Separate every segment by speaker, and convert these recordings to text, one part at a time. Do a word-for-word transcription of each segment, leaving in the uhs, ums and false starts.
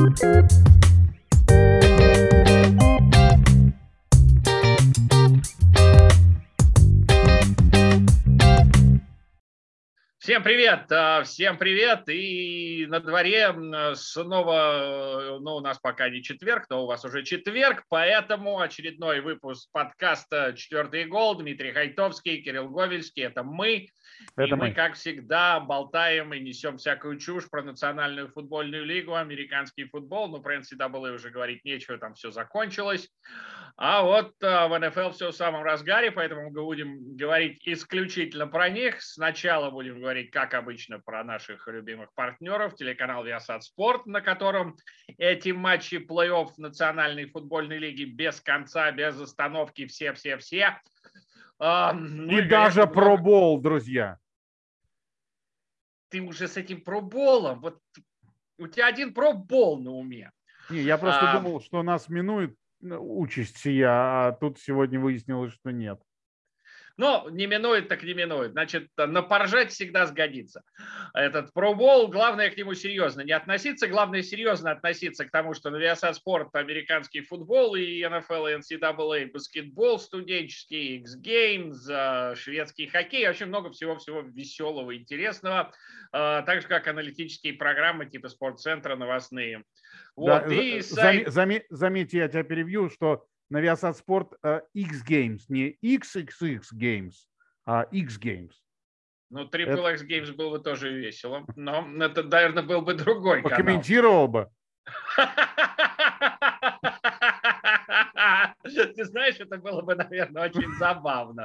Speaker 1: Всем привет, всем привет, и на дворе снова, ну, у нас пока не четверг, но у вас уже четверг, поэтому очередной выпуск подкаста «Четвертый гол». Дмитрий Хайтовский, Кирилл Говельский, это мы,
Speaker 2: это
Speaker 1: и мы,
Speaker 2: мы,
Speaker 1: как всегда, болтаем и несем всякую чушь про национальную футбольную лигу, американский футбол, ну, про эн си эй эй уже говорить нечего, там все закончилось. А вот в эн эф эл все в самом разгаре, поэтому мы будем говорить исключительно про них. Сначала будем говорить, как обычно, про наших любимых партнеров, телеканал Viasat Sport, на котором эти матчи плей-офф национальной футбольной лиги без конца, без остановки, все-все-все. Ну,
Speaker 2: и, и даже
Speaker 1: много...
Speaker 2: пробол, друзья.
Speaker 1: Ты уже с этим проболом, вот у тебя один пробол на уме.
Speaker 2: Не, я просто
Speaker 1: а...
Speaker 2: думал, что нас минует участь сия, а тут сегодня выяснилось, что нет.
Speaker 1: Ну, не минует, так не минует. Значит, на поржать всегда сгодится. Этот пробол, главное к нему серьезно не относиться, главное серьезно относиться к тому, что на Viasat Sport американский футбол и эн эф эл, и эн си эй эй баскетбол студенческий, X-Games, шведский хоккей, вообще много всего-всего веселого, интересного, так же, как аналитические программы типа спортцентра, новостные. Вот,
Speaker 2: да,
Speaker 1: и
Speaker 2: зам,
Speaker 1: сайт...
Speaker 2: зам, заметьте, я тебя перебью, что на Viasat Sport uh, X-Games, не икс икс икс Games, а X-Games.
Speaker 1: Ну, Triple X Games было бы тоже весело, но это, наверное, был бы другой канал.
Speaker 2: Покомментировал бы.
Speaker 1: Ты знаешь, это было бы, наверное, очень забавно.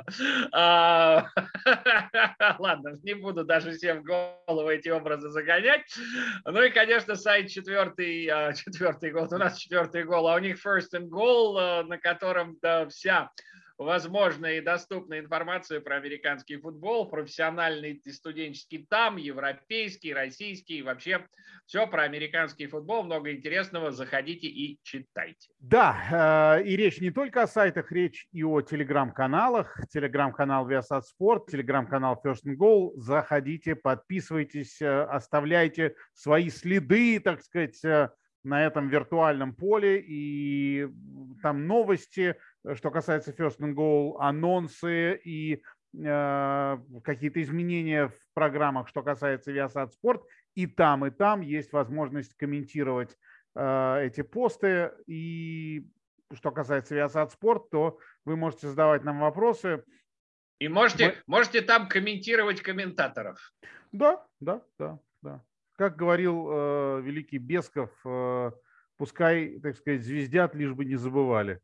Speaker 1: Ладно, не буду даже всем в голову эти образы загонять. Ну и, конечно, сайт четвертый, четвертый гол. У нас четвертый гол, а у них first and goal, на котором да, вся возможная и доступная информация про американский футбол, профессиональный и студенческий там, европейский, российский, вообще все про американский футбол, много интересного, заходите и читайте.
Speaker 2: Да, и речь не только о сайтах, речь и о телеграм-каналах. Телеграм-канал Viasat Sport, телеграм-канал First and Goal. Заходите, подписывайтесь, оставляйте свои следы, так сказать, на этом виртуальном поле, и там новости, что касается First and Goal, анонсы и э, какие-то изменения в программах, что касается Viasat Sport. И там, и там есть возможность комментировать э, эти посты. И что касается Viasat Sport, то вы можете задавать нам вопросы.
Speaker 1: И можете, Мы... можете там комментировать комментаторов.
Speaker 2: Да, да, да, да. Как говорил э, великий Бесков, э, пускай, так сказать, звездят, лишь бы не забывали.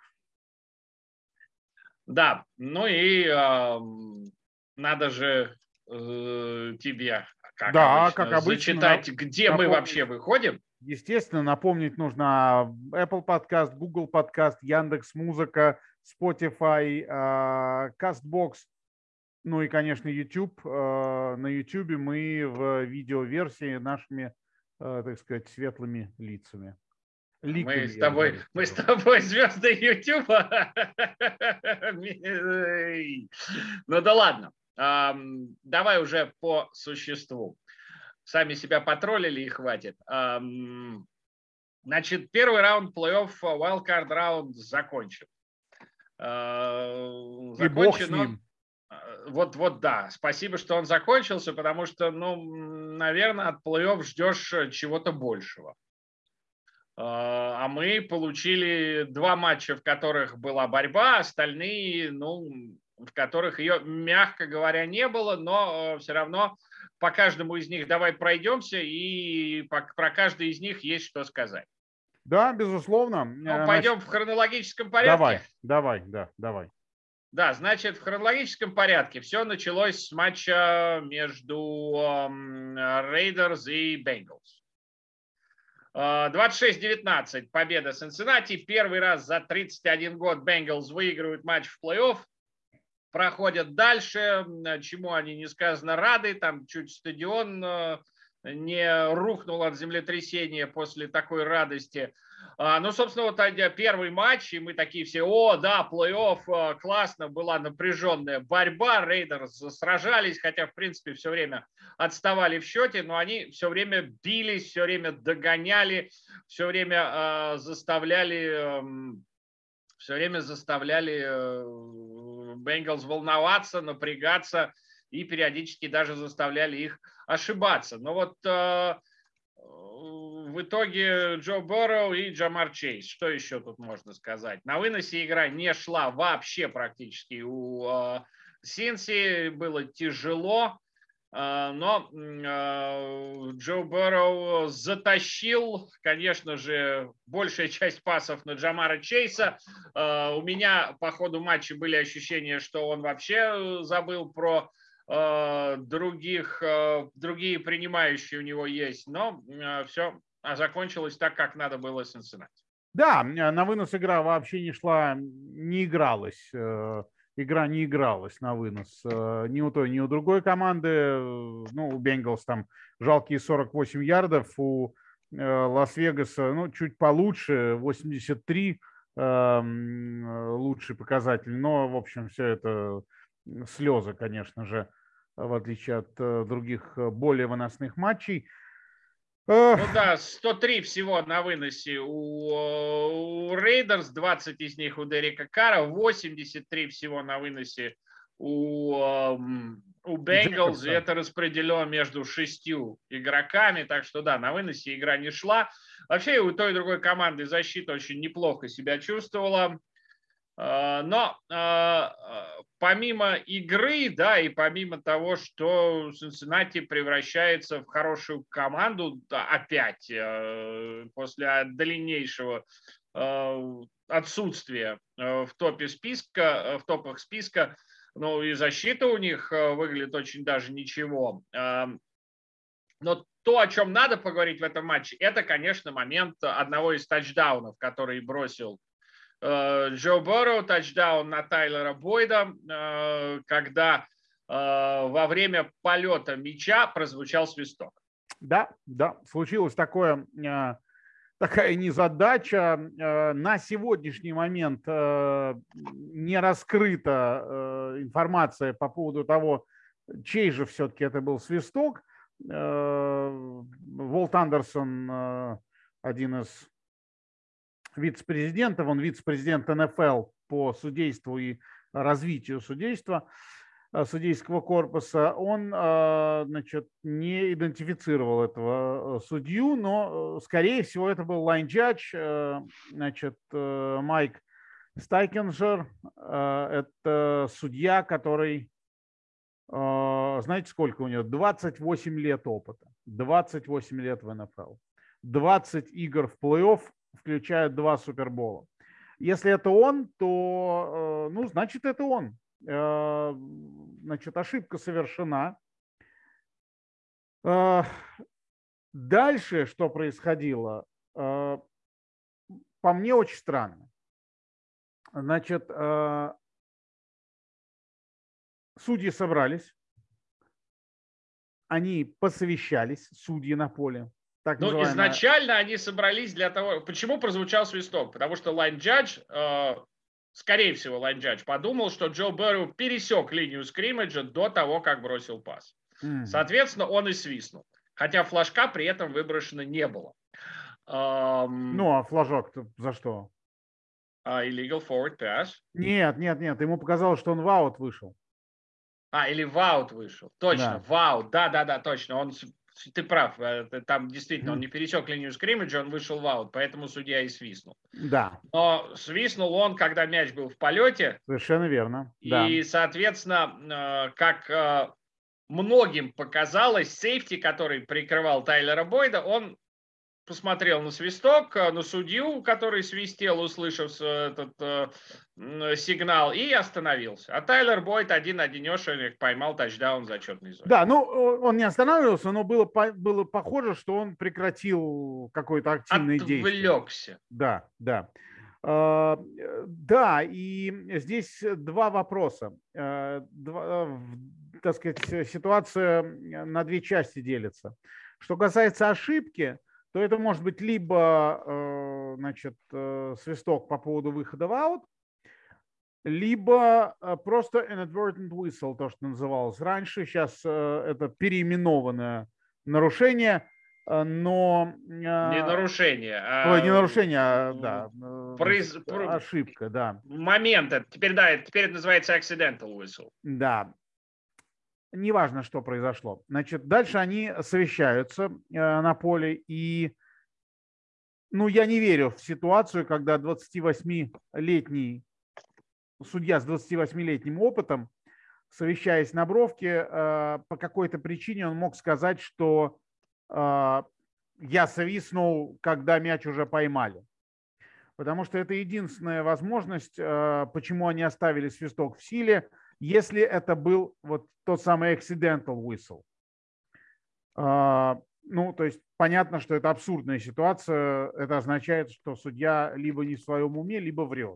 Speaker 1: Да, ну и э, надо же э, тебе, как,
Speaker 2: да,
Speaker 1: обычно,
Speaker 2: как обычно,
Speaker 1: зачитать, где напомнить, мы вообще выходим.
Speaker 2: Естественно, напомнить нужно Apple Podcast, Google Podcast, Яндекс.Музыка, Spotify, э, CastBox, ну и, конечно, YouTube. Э, на YouTube мы в видеоверсии нашими, э, так сказать, светлыми лицами.
Speaker 1: Ликами, мы с тобой, мы с тобой звезды Ютуба. Ну да ладно. Давай уже по существу. Сами себя потроллили и хватит. Значит, первый раунд плей-офф, wildcard раунд закончен.
Speaker 2: Закончен. И бог с ним.
Speaker 1: Вот, вот, да. Спасибо, что он закончился, потому что, ну, наверное, от плей-офф ждешь чего-то большего. А мы получили два матча, в которых была борьба, остальные, ну, в которых ее, мягко говоря, не было, но все равно по каждому из них давай пройдемся, и про каждый из них есть что сказать.
Speaker 2: Да, безусловно.
Speaker 1: Ну, пойдем значит, в хронологическом порядке.
Speaker 2: Давай, давай, да, давай.
Speaker 1: Да, значит, в хронологическом порядке все началось с матча между Рейдерс и Бенгалс. двадцать шесть девятнадцать победа Цинциннати. Первый раз за тридцать один год Бенгалс выигрывают матч в плей-офф. Проходят дальше, чему они несказанно рады. Там чуть стадион не рухнул от землетрясения после такой радости. Ну, собственно, вот первый матч, и мы такие все, о, да, плей-офф, классно, была напряженная борьба, Рейдерс сражались, хотя, в принципе, все время отставали в счете, но они все время бились, все время догоняли, все время заставляли, все время заставляли Бенгалс волноваться, напрягаться и периодически даже заставляли их ошибаться. Но вот в итоге Джо Бурроу и Джамар Чейз. Что еще тут можно сказать? На выносе игра не шла вообще практически. У э, Синси было тяжело, э, но э, Джо Бурроу затащил, конечно же, большая часть пасов на Джамара Чейса. Э, у меня по ходу матча были ощущения, что он вообще забыл про других, другие принимающие у него есть, но все закончилось так, как надо было Cincinnati.
Speaker 2: Да, на вынос игра вообще не шла, не игралась. Игра не игралась на вынос ни у той, ни у другой команды. Ну, у Бенгалс там жалкие сорок восемь ярдов, у Лас-Вегаса, ну, чуть получше, восемьдесят три лучший показатель. Но, в общем, все это слезы, конечно же, в отличие от других более выносных матчей.
Speaker 1: Ну да, сто три всего на выносе у, у Рейдерс, двадцать из них у Дерека Карра, восемьдесят три всего на выносе у, у Бенгалс. Это распределено между шестью игроками, так что да, на выносе игра не шла. Вообще у той и другой команды защита очень неплохо себя чувствовала. Но помимо игры, да, и помимо того, что Цинциннати превращается в хорошую команду, да, опять после дальнейшего отсутствия в топе списка, в топах списка, ну и защита у них выглядит очень даже ничего. Но то, о чем надо поговорить в этом матче, это, конечно, момент одного из тачдаунов, который бросил Джо Бурроу, тачдаун на Тайлера Бойда, когда во время полета мяча прозвучал свисток.
Speaker 2: Да, да, случилось такое, такая незадача. На сегодняшний момент не раскрыта информация по поводу того, чей же все-таки это был свисток. Волт Андерсон, один из вице-президентов, он вице-президент эн эф эл по судейству и развитию судейства, судейского корпуса, он, значит, не идентифицировал этого судью, но, скорее всего, это был лайн-джадж, значит, Майк Стайкенджер. Это судья, который, знаете, сколько у него? двадцать восемь лет опыта, двадцать восемь лет в эн эф эл, двадцать игр в плей-офф, включая два супербола. Если это он, то, ну, значит, это он. Значит, ошибка совершена. Дальше, что происходило, по мне очень странно. Значит, судьи собрались, они посовещались, судьи на поле.
Speaker 1: Так ну, называемая... изначально они собрались для того... Почему прозвучал свисток? Потому что лайн-джадж, э, скорее всего, лайн-джадж подумал, что Джо Бурроу пересек линию скриммиджа до того, как бросил пас. Mm-hmm. Соответственно, он и свистнул. Хотя флажка при этом выброшено не было.
Speaker 2: Эм... Ну, а флажок-то за что?
Speaker 1: Uh, illegal forward pass.
Speaker 2: Нет, нет, нет. Ему показалось, что он в аут вышел.
Speaker 1: А, или в аут вышел. Точно, да. в аут. Да-да-да, точно. Он... Ты прав, там действительно он не пересек линию скриммиджа, он вышел в аут, поэтому судья и свистнул.
Speaker 2: Да.
Speaker 1: Но свистнул он, когда мяч был в полете.
Speaker 2: Совершенно верно.
Speaker 1: И,
Speaker 2: да.
Speaker 1: соответственно, как многим показалось, сейфти, который прикрывал Тайлера Бойда, он посмотрел на свисток, на судью, который свистел, услышав этот э, сигнал, и остановился. А Тайлер Бойд один-одинешенек поймал тачдаун в зачетной зоне.
Speaker 2: Да, ну он не останавливался, но было, было похоже, что он прекратил какое-то активное
Speaker 1: Отвлекся.
Speaker 2: действие.
Speaker 1: Отвлекся.
Speaker 2: Да, да. Uh, да, и здесь два вопроса. Uh, два, uh, так сказать, ситуация на две части делится. Что касается ошибки, то это может быть либо значит, свисток по поводу выхода в аут, либо просто inadvertent whistle, то, что называлось раньше. Сейчас это переименованное нарушение, но...
Speaker 1: Не нарушение,
Speaker 2: Ой, не
Speaker 1: а
Speaker 2: нарушение, а да,
Speaker 1: произ...
Speaker 2: значит, ошибка, да.
Speaker 1: Момент. Теперь, да, теперь это называется accidental whistle.
Speaker 2: Да. Неважно, что произошло. Значит, дальше они совещаются на поле, и ну, я не верю в ситуацию, когда двадцативосьмилетний судья с двадцативосьмилетним опытом, совещаясь на бровке, по какой-то причине он мог сказать, что я свистнул, когда мяч уже поймали. Потому что это единственная возможность, почему они оставили свисток в силе, если это был вот тот самый accidental whistle. Ну, то есть понятно, что это абсурдная ситуация. Это означает, что судья либо не в своем уме, либо врет.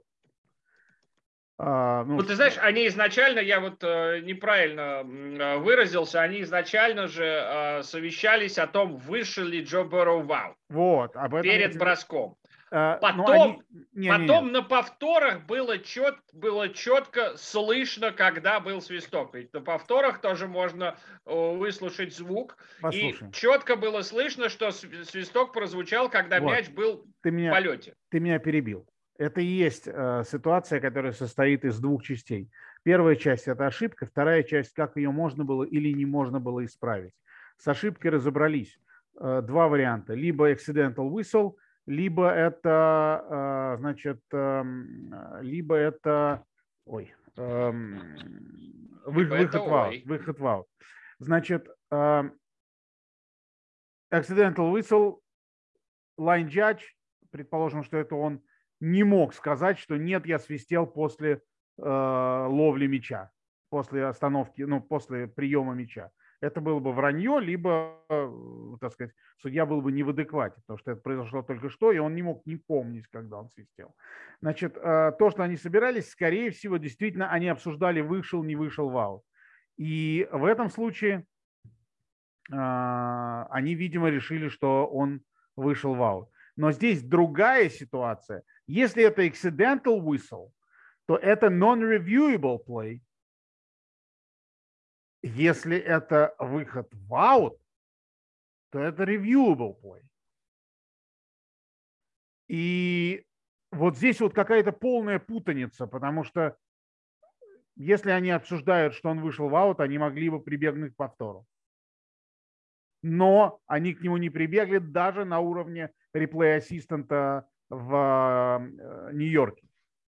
Speaker 1: А, ну, вот ты знаешь, они изначально, я вот э, неправильно выразился, они изначально же э, совещались о том, вышел ли Джо Бурроу в аут.
Speaker 2: Вот, об этом
Speaker 1: перед
Speaker 2: я...
Speaker 1: броском.
Speaker 2: А,
Speaker 1: потом
Speaker 2: они... не,
Speaker 1: потом
Speaker 2: не, не.
Speaker 1: на повторах было, чет, было четко слышно, когда был свисток. Ведь на повторах тоже можно выслушать звук.
Speaker 2: Послушай.
Speaker 1: И четко было слышно, что свисток прозвучал, когда вот. мяч был
Speaker 2: ты меня,
Speaker 1: в полете.
Speaker 2: Ты меня перебил. Это и есть э, ситуация, которая состоит из двух частей. Первая часть – это ошибка, вторая часть – как ее можно было или не можно было исправить. С ошибкой разобрались. Э, два варианта. Либо accidental whistle, либо это, э, значит, э, либо это, ой, э, вы,
Speaker 1: либо
Speaker 2: выход,
Speaker 1: это
Speaker 2: в аут, выход в аут. Значит, э, accidental whistle, line judge, предположим, что это он, не мог сказать, что нет, я свистел после э, ловли мяча, после остановки, ну, после приема мяча. Это было бы вранье, либо, э, так сказать, судья был бы не в адеквате, потому что это произошло только что, и он не мог не помнить, когда он свистел. Значит, э, то, что они собирались, скорее всего, действительно, они обсуждали, вышел, не вышел в аут. И в этом случае э, они, видимо, решили, что он вышел в аут. Но здесь другая ситуация. Если это accidental whistle, то это non-reviewable play. Если это выход в аут, то это reviewable play. И вот здесь вот какая-то полная путаница, потому что если они обсуждают, что он вышел в аут, они могли бы прибегнуть к повтору. Но они к нему не прибегли даже на уровне реплей-ассистента в Нью-Йорке.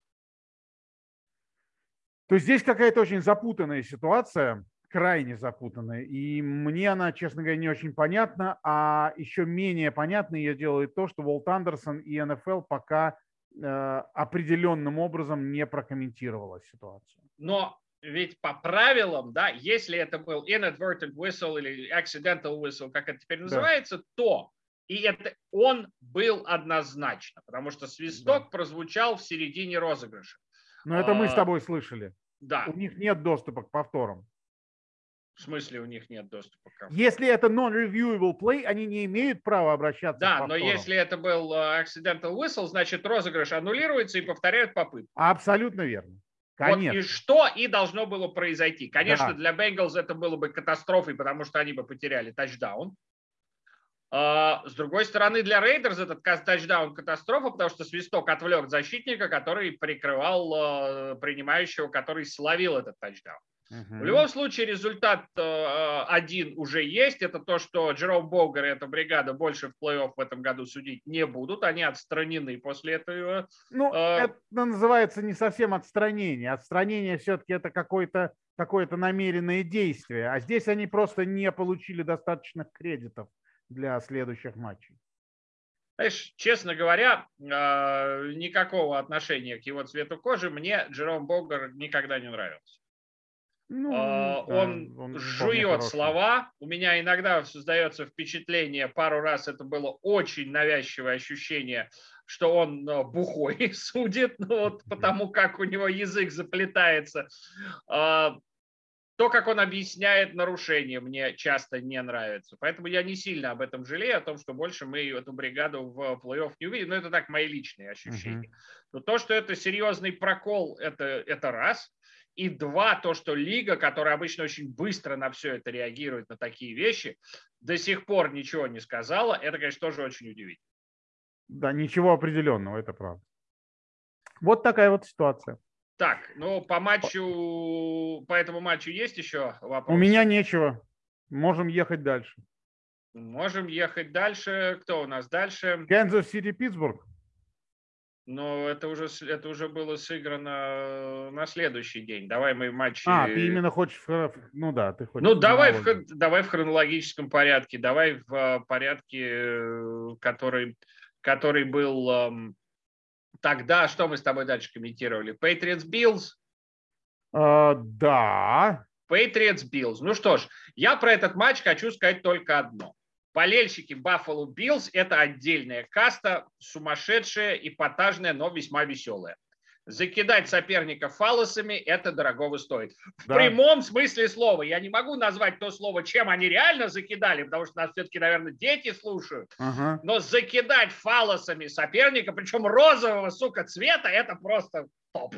Speaker 2: То есть здесь какая-то очень запутанная ситуация, крайне запутанная, и мне она, честно говоря, не очень понятна, а еще менее понятно ее делает то, что Уолт Андерсон и эн эф эл пока э, определенным образом не прокомментировала ситуацию.
Speaker 1: Но ведь по правилам, да, если это был inadvertent whistle или accidental whistle, как это теперь называется, да. то и это он был однозначно, потому что свисток да. прозвучал в середине розыгрыша.
Speaker 2: Но это мы с тобой слышали.
Speaker 1: Да.
Speaker 2: У них нет доступа к повторам.
Speaker 1: В смысле у них нет доступа к повторам?
Speaker 2: Если это non-reviewable play, они не имеют права обращаться
Speaker 1: да,
Speaker 2: к повторам.
Speaker 1: Да, но если это был accidental whistle, значит розыгрыш аннулируется и повторяют попытку.
Speaker 2: Абсолютно верно. Конечно.
Speaker 1: Вот и что и должно было произойти. Конечно,
Speaker 2: да.
Speaker 1: для Бенгалс это было бы катастрофой, потому что они бы потеряли тачдаун. С другой стороны, для Рейдерс этот тачдаун катастрофа, потому что свисток отвлек защитника, который прикрывал принимающего, который словил этот тачдаун. Uh-huh. В любом случае результат один уже есть. Это то, что Джером Богар и эта бригада больше в плей-офф в этом году судить не будут. Они отстранены после этого.
Speaker 2: Ну, это называется не совсем отстранение. Отстранение все-таки это какое-то, какое-то намеренное действие. А здесь они просто не получили достаточных кредитов для следующих матчей.
Speaker 1: Знаешь, честно говоря, никакого отношения к его цвету кожи мне Джером Богар никогда не нравился. Ну, он, да, он жует слова. У меня иногда создается впечатление, пару раз это было очень навязчивое ощущение, что он бухой судит, ну, вот потому как у него язык заплетается. То, как он объясняет нарушения, мне часто не нравится. Поэтому я не сильно об этом жалею, о том, что больше мы эту бригаду в плей-офф не увидим. Но это так мои личные ощущения.
Speaker 2: Мгм.
Speaker 1: Но то, что это серьезный прокол, это, это раз. И два, то, что лига, которая обычно очень быстро на все это реагирует, на такие вещи, до сих пор ничего не сказала, это, конечно, тоже очень удивительно.
Speaker 2: Да, ничего определенного, это правда. Вот такая вот ситуация.
Speaker 1: Так, ну по матчу, по этому матчу есть еще вопросы?
Speaker 2: У меня нечего. Можем ехать дальше.
Speaker 1: Можем ехать дальше. Кто у нас дальше?
Speaker 2: Канзас Сити, Питтсбург.
Speaker 1: Но это уже, с- это уже было сыграно на следующий день. Давай мы матчи...
Speaker 2: А, ты именно хочешь... в хро- Ну да, ты хочешь
Speaker 1: Ну,
Speaker 2: в
Speaker 1: давай в,
Speaker 2: хронологию.
Speaker 1: хр- давай в хронологическом порядке. Давай в а, порядке, э, который, который был ам, тогда. Что мы с тобой дальше комментировали? Patriots Bills?
Speaker 2: А, да.
Speaker 1: Patriots Bills. Ну что ж, я про этот матч хочу сказать только одно. Болельщики Buffalo Bills – это отдельная каста, сумасшедшая, эпатажная, но весьма веселая. Закидать соперника фаллосами – это дорогого стоит. В
Speaker 2: Да.
Speaker 1: прямом смысле слова. Я не могу назвать то слово, чем они реально закидали, потому что нас все-таки, наверное, дети слушают.
Speaker 2: Ага.
Speaker 1: Но закидать фаллосами соперника, причем розового, сука, цвета – это просто топ.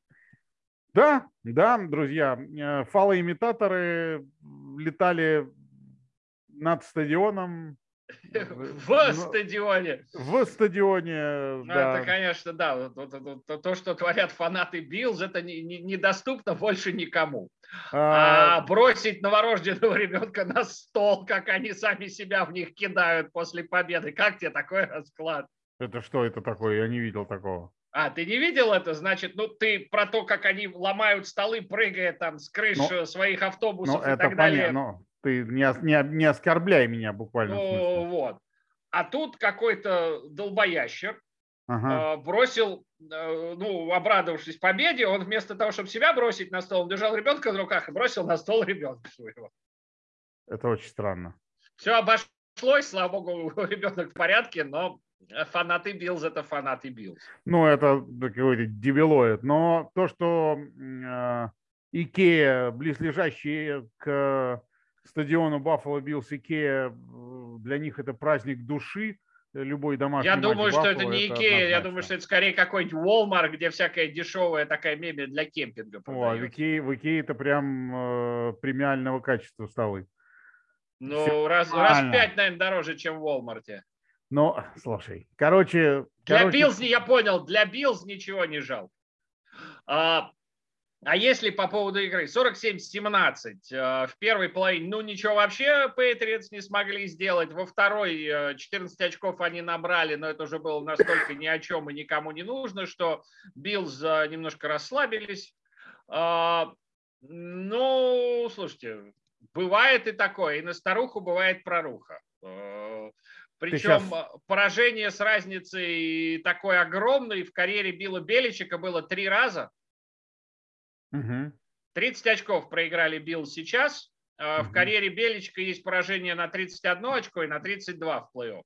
Speaker 2: Да, да, друзья, э, фалоимитаторы летали над стадионом,
Speaker 1: В
Speaker 2: но-
Speaker 1: стадионе.
Speaker 2: в стадионе,
Speaker 1: Ну, это,
Speaker 2: да.
Speaker 1: конечно, да. вот- вот- вот- вот То, что творят фанаты Биллз, это не- не- недоступно больше никому.
Speaker 2: А,
Speaker 1: А бросить новорожденного ребенка на стол, как они сами себя в них кидают после победы, как тебе такой расклад?
Speaker 2: Это что это такое? Я не видел такого.
Speaker 1: А, ты не видел это? Значит, ну ты про то, как они ломают столы, прыгая там с крыш
Speaker 2: Ну,
Speaker 1: э, своих
Speaker 2: ну
Speaker 1: автобусов и
Speaker 2: это
Speaker 1: так далее.
Speaker 2: понятно. Ну, ты не, ос- не, не оскорбляй меня в буквальном
Speaker 1: Ну
Speaker 2: смысле.
Speaker 1: вот. А тут какой-то долбоящер
Speaker 2: Ага.
Speaker 1: э, бросил, э, ну, обрадовавшись победе, он вместо того, чтобы себя бросить на стол, он держал ребенка в руках и бросил на стол ребенка своего.
Speaker 2: Это очень странно.
Speaker 1: Все обошлось, слава богу, ребенок в порядке, но фанаты Биллз – это фанаты Биллз.
Speaker 2: Ну, это какой-то дебилоид. Но то, что м, э, Икея, близлежащие к стадиону Баффало Биллс Икея, э, для них это праздник души. Любой домашний
Speaker 1: Я
Speaker 2: матч
Speaker 1: думаю, что это
Speaker 2: Баффало
Speaker 1: не
Speaker 2: это
Speaker 1: Икея, я
Speaker 2: однозначно.
Speaker 1: думаю, что это скорее какой-нибудь Walmart, где всякая дешевая такая мебель для кемпинга
Speaker 2: О, в
Speaker 1: продается.
Speaker 2: Икее, в Икее это прям э, премиального качества столы. Все
Speaker 1: Ну, раз, раз в пять, наверное, дороже, чем в Walmart.
Speaker 2: Но, слушай, короче...
Speaker 1: Для
Speaker 2: короче,
Speaker 1: Биллз, я понял, для Биллз ничего не жалко. А, а если по поводу игры? сорок семь семнадцать э, в первой половине, ну ничего вообще Патриотс не смогли сделать. Во второй э, четырнадцать очков они набрали, но это уже было настолько ни о чем и никому не нужно, что Биллз э, немножко расслабились. А, ну, слушайте, бывает и такое, и на старуху бывает проруха. Э, Причем
Speaker 2: щас-
Speaker 1: поражение с разницей такой огромной в карьере Билла Беличика было три раза.
Speaker 2: Мгм.
Speaker 1: тридцать очков проиграли Билл сейчас. Э, В
Speaker 2: Мгм.
Speaker 1: карьере Беличика есть поражение на тридцать одно очко и на тридцать два в плей-офф.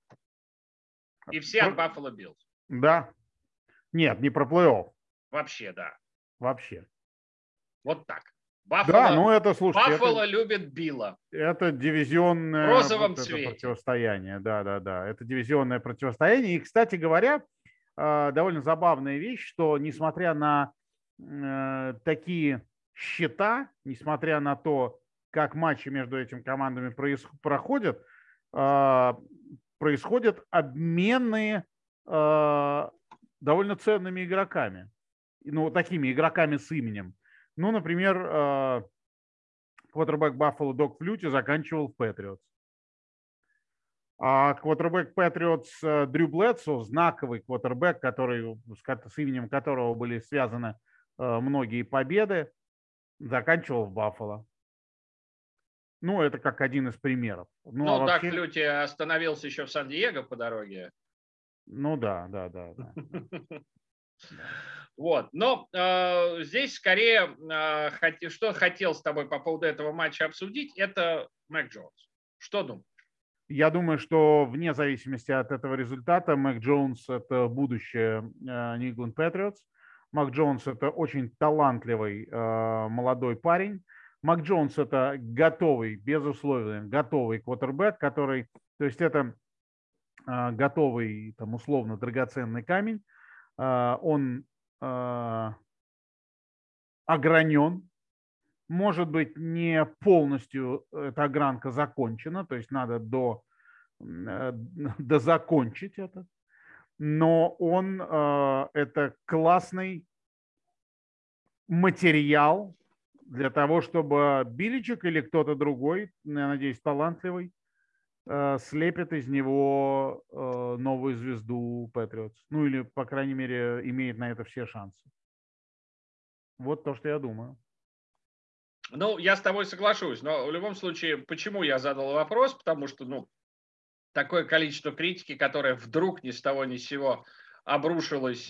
Speaker 1: И все от
Speaker 2: Про-
Speaker 1: Buffalo Bills.
Speaker 2: Да. Нет, не про плей-офф.
Speaker 1: Вообще, да.
Speaker 2: Вообще.
Speaker 1: Вот так.
Speaker 2: Да,
Speaker 1: Buffalo,
Speaker 2: ну это, слушайте, это,
Speaker 1: Buffalo любит Билла.
Speaker 2: это дивизионное
Speaker 1: В розовом
Speaker 2: вот это
Speaker 1: цвете.
Speaker 2: противостояние. Да, да, да. Это дивизионное противостояние. И, кстати говоря, э, довольно забавная вещь, что несмотря на э, такие счета, несмотря на то, как матчи между этими командами проис- проходят, э, происходят обмены э, довольно ценными игроками. Ну, такими игроками с именем. Ну, например, э, квотербек Баффало Дог Флюти заканчивал в Патриотс. А квотербек Патриотс э, Дрю Блэдсо, знаковый квотербек, который, с ко- с именем которого были связаны э, многие победы, заканчивал в Баффало. Ну, это как один из примеров. Ну,
Speaker 1: Ну,
Speaker 2: а
Speaker 1: так
Speaker 2: вообще,
Speaker 1: Флюти остановился еще в Сан-Диего по дороге.
Speaker 2: ну да, да, да, да. Да.
Speaker 1: Вот. Но э, здесь скорее, э, хот- что хотел с тобой по поводу этого матча обсудить, это Мэг Джонс. Что думаешь?
Speaker 2: Я думаю, что вне зависимости от этого результата, Мэг Джонс – это будущее New England Patriots. Мэг Джонс – это очень талантливый э, молодой парень. Мак Джонс – это готовый, безусловно, готовый квотербек, который, то есть это а, готовый, там, условно, драгоценный камень. А, он а, огранен, может быть, не полностью эта огранка закончена, то есть надо до, э, дозакончить это, но он э, это классный материал для того, чтобы Биличек или кто-то другой, я надеюсь, талантливый, э, слепит из него э, новую звезду Патриотс. Ну или, по крайней мере, имеет на это все шансы. Вот то, что я думаю.
Speaker 1: Ну, я с тобой соглашусь, но в любом случае, почему я задал вопрос? Потому что, ну, такое количество критики, которое вдруг ни с того ни с сего обрушилось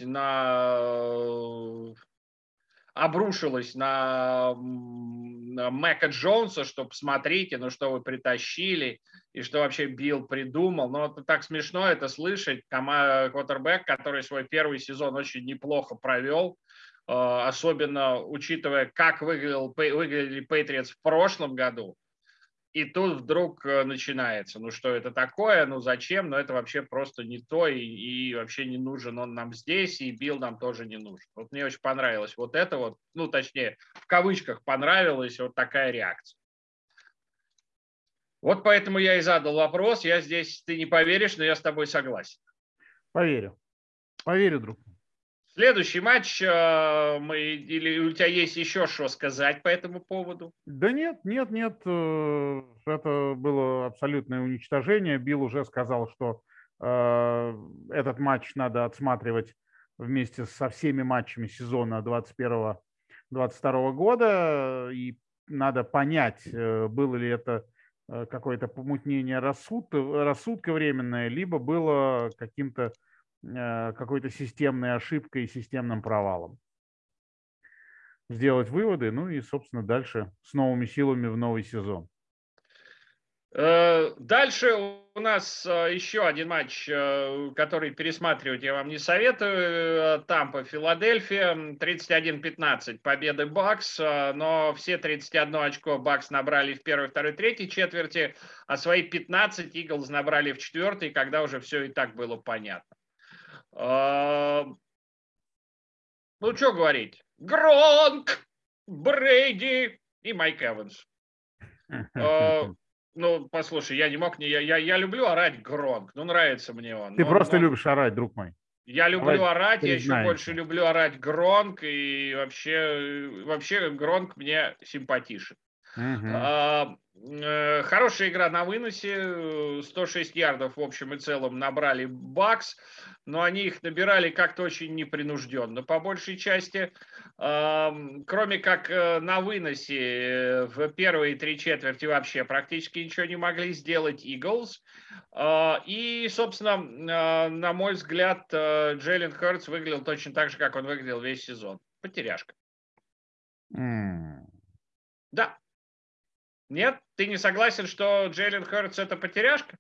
Speaker 1: на обрушилось на, на Мэка Джонса, что посмотрите, ну что вы притащили, и что вообще Билл придумал. Но это так смешно это слышать. Квотербек, который свой первый сезон очень неплохо провел, особенно учитывая, как выглядел, выглядели Патриотс в прошлом году. И тут вдруг начинается, ну что это такое, ну зачем, ну это вообще просто не то, и, и вообще не нужен он нам здесь, и Билл нам тоже не нужен. Вот мне очень понравилось вот это вот, ну точнее, в кавычках понравилась вот такая реакция. Вот поэтому я и задал вопрос, я здесь, ты не поверишь, но я с тобой согласен.
Speaker 2: Поверю, поверю, друг.
Speaker 1: Следующий матч, мы, или у тебя есть еще что сказать по этому поводу?
Speaker 2: Да нет, нет, нет, это было абсолютное уничтожение. Билл уже сказал, что э, этот матч надо отсматривать вместе со всеми матчами сезона двадцать первого двадцать второго года, и надо понять, было ли это какое-то помутнение рассудка, рассудка временное, либо было каким-то какой-то системной ошибкой и системным провалом. Сделать выводы, ну и, собственно, дальше с новыми силами в новый сезон.
Speaker 1: Дальше у нас еще один матч, который пересматривать я вам не советую. Тампа, Филадельфия, тридцать один пятнадцать победы Бакс, но все тридцать одно очко Бакс набрали в первой, второй, третьей четверти, а свои пятнадцать Иглс набрали в четвертой, когда уже все и так было понятно. Ну, что говорить? Гронк, Брейди и Майк Эванс. Ну, послушай, я не мог не... Я, я, я люблю орать Гронк, ну, нравится мне он.
Speaker 2: Ты
Speaker 1: он,
Speaker 2: просто
Speaker 1: он,
Speaker 2: любишь орать, друг мой.
Speaker 1: Я люблю
Speaker 2: Давай
Speaker 1: орать, я еще
Speaker 2: признаемся.
Speaker 1: больше люблю орать Гронк, и вообще, вообще Гронк мне симпатичен.
Speaker 2: Угу.
Speaker 1: А, э, хорошая игра на выносе, сто шесть ярдов в общем и целом набрали Бакс, но они их набирали как-то очень непринужденно по большей части. А, кроме как на выносе в первые три четверти вообще практически ничего не могли сделать Eagles. А, и, собственно, на мой взгляд, Джейлен Хёртс выглядел точно так же, как он выглядел весь сезон. Потеряшка.
Speaker 2: Mm.
Speaker 1: Да. Нет? Ты не согласен, что Джейлен Хёртс это потеряшка?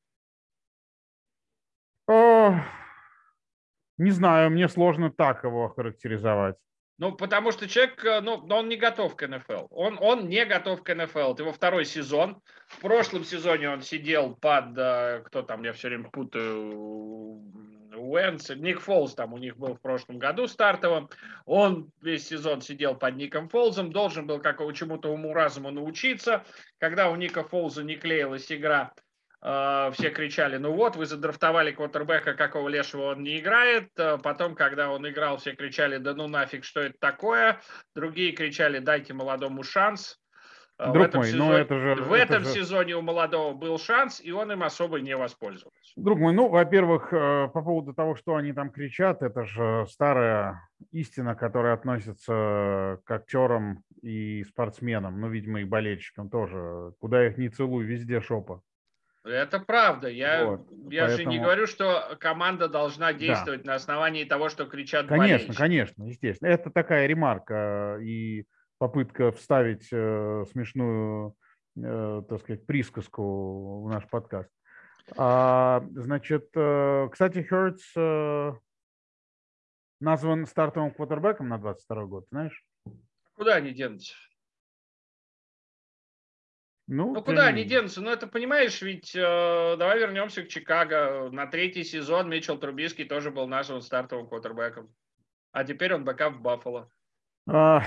Speaker 2: О, не знаю, мне сложно так его охарактеризовать.
Speaker 1: Ну, потому что человек, ну, он не готов к эн эф эл. Он, он не готов к эн эф эл. Это его второй сезон. В прошлом сезоне он сидел под, кто там, я все время путаю, Уэнс, Ник Фолз там у них был в прошлом году стартовым. Он весь сезон сидел под Ником Фолзом, должен был как чему-то уму-разуму научиться. Когда у Ника Фолза не клеилась игра, все кричали, ну вот, вы задрафтовали квотербека, какого лешего он не играет. Потом, когда он играл, все кричали, да ну нафиг, что это такое. Другие кричали, дайте молодому шанс.
Speaker 2: Друг
Speaker 1: в этом,
Speaker 2: мой,
Speaker 1: сезоне,
Speaker 2: ну это же,
Speaker 1: в
Speaker 2: это
Speaker 1: этом
Speaker 2: же...
Speaker 1: сезоне у молодого был шанс, и он им особо не воспользовался.
Speaker 2: Друг мой, ну, во-первых, по поводу того, что они там кричат, это же старая истина, которая относится к актерам и спортсменам, ну, видимо, и болельщикам тоже. Куда их не целуй, везде шопа.
Speaker 1: Это правда. Я,
Speaker 2: Вот,
Speaker 1: я
Speaker 2: поэтому...
Speaker 1: же не говорю, что команда должна действовать
Speaker 2: да.
Speaker 1: на основании того, что кричат
Speaker 2: Конечно,
Speaker 1: болельщики.
Speaker 2: конечно, естественно. Это такая ремарка и попытка вставить э, смешную, э, так сказать, присказку в наш подкаст. А, значит, э, кстати, Хёртс э, назван стартовым квотербеком на двадцать второй год, знаешь?
Speaker 1: Куда они денутся?
Speaker 2: Ну,
Speaker 1: Ну,
Speaker 2: тем
Speaker 1: куда
Speaker 2: не
Speaker 1: они
Speaker 2: менее.
Speaker 1: денутся? Ну, это, понимаешь, ведь э, давай вернемся к Чикаго. На третий сезон Митчелл Трубиский тоже был нашим стартовым квотербеком. А теперь он бэкап в Баффало.
Speaker 2: А,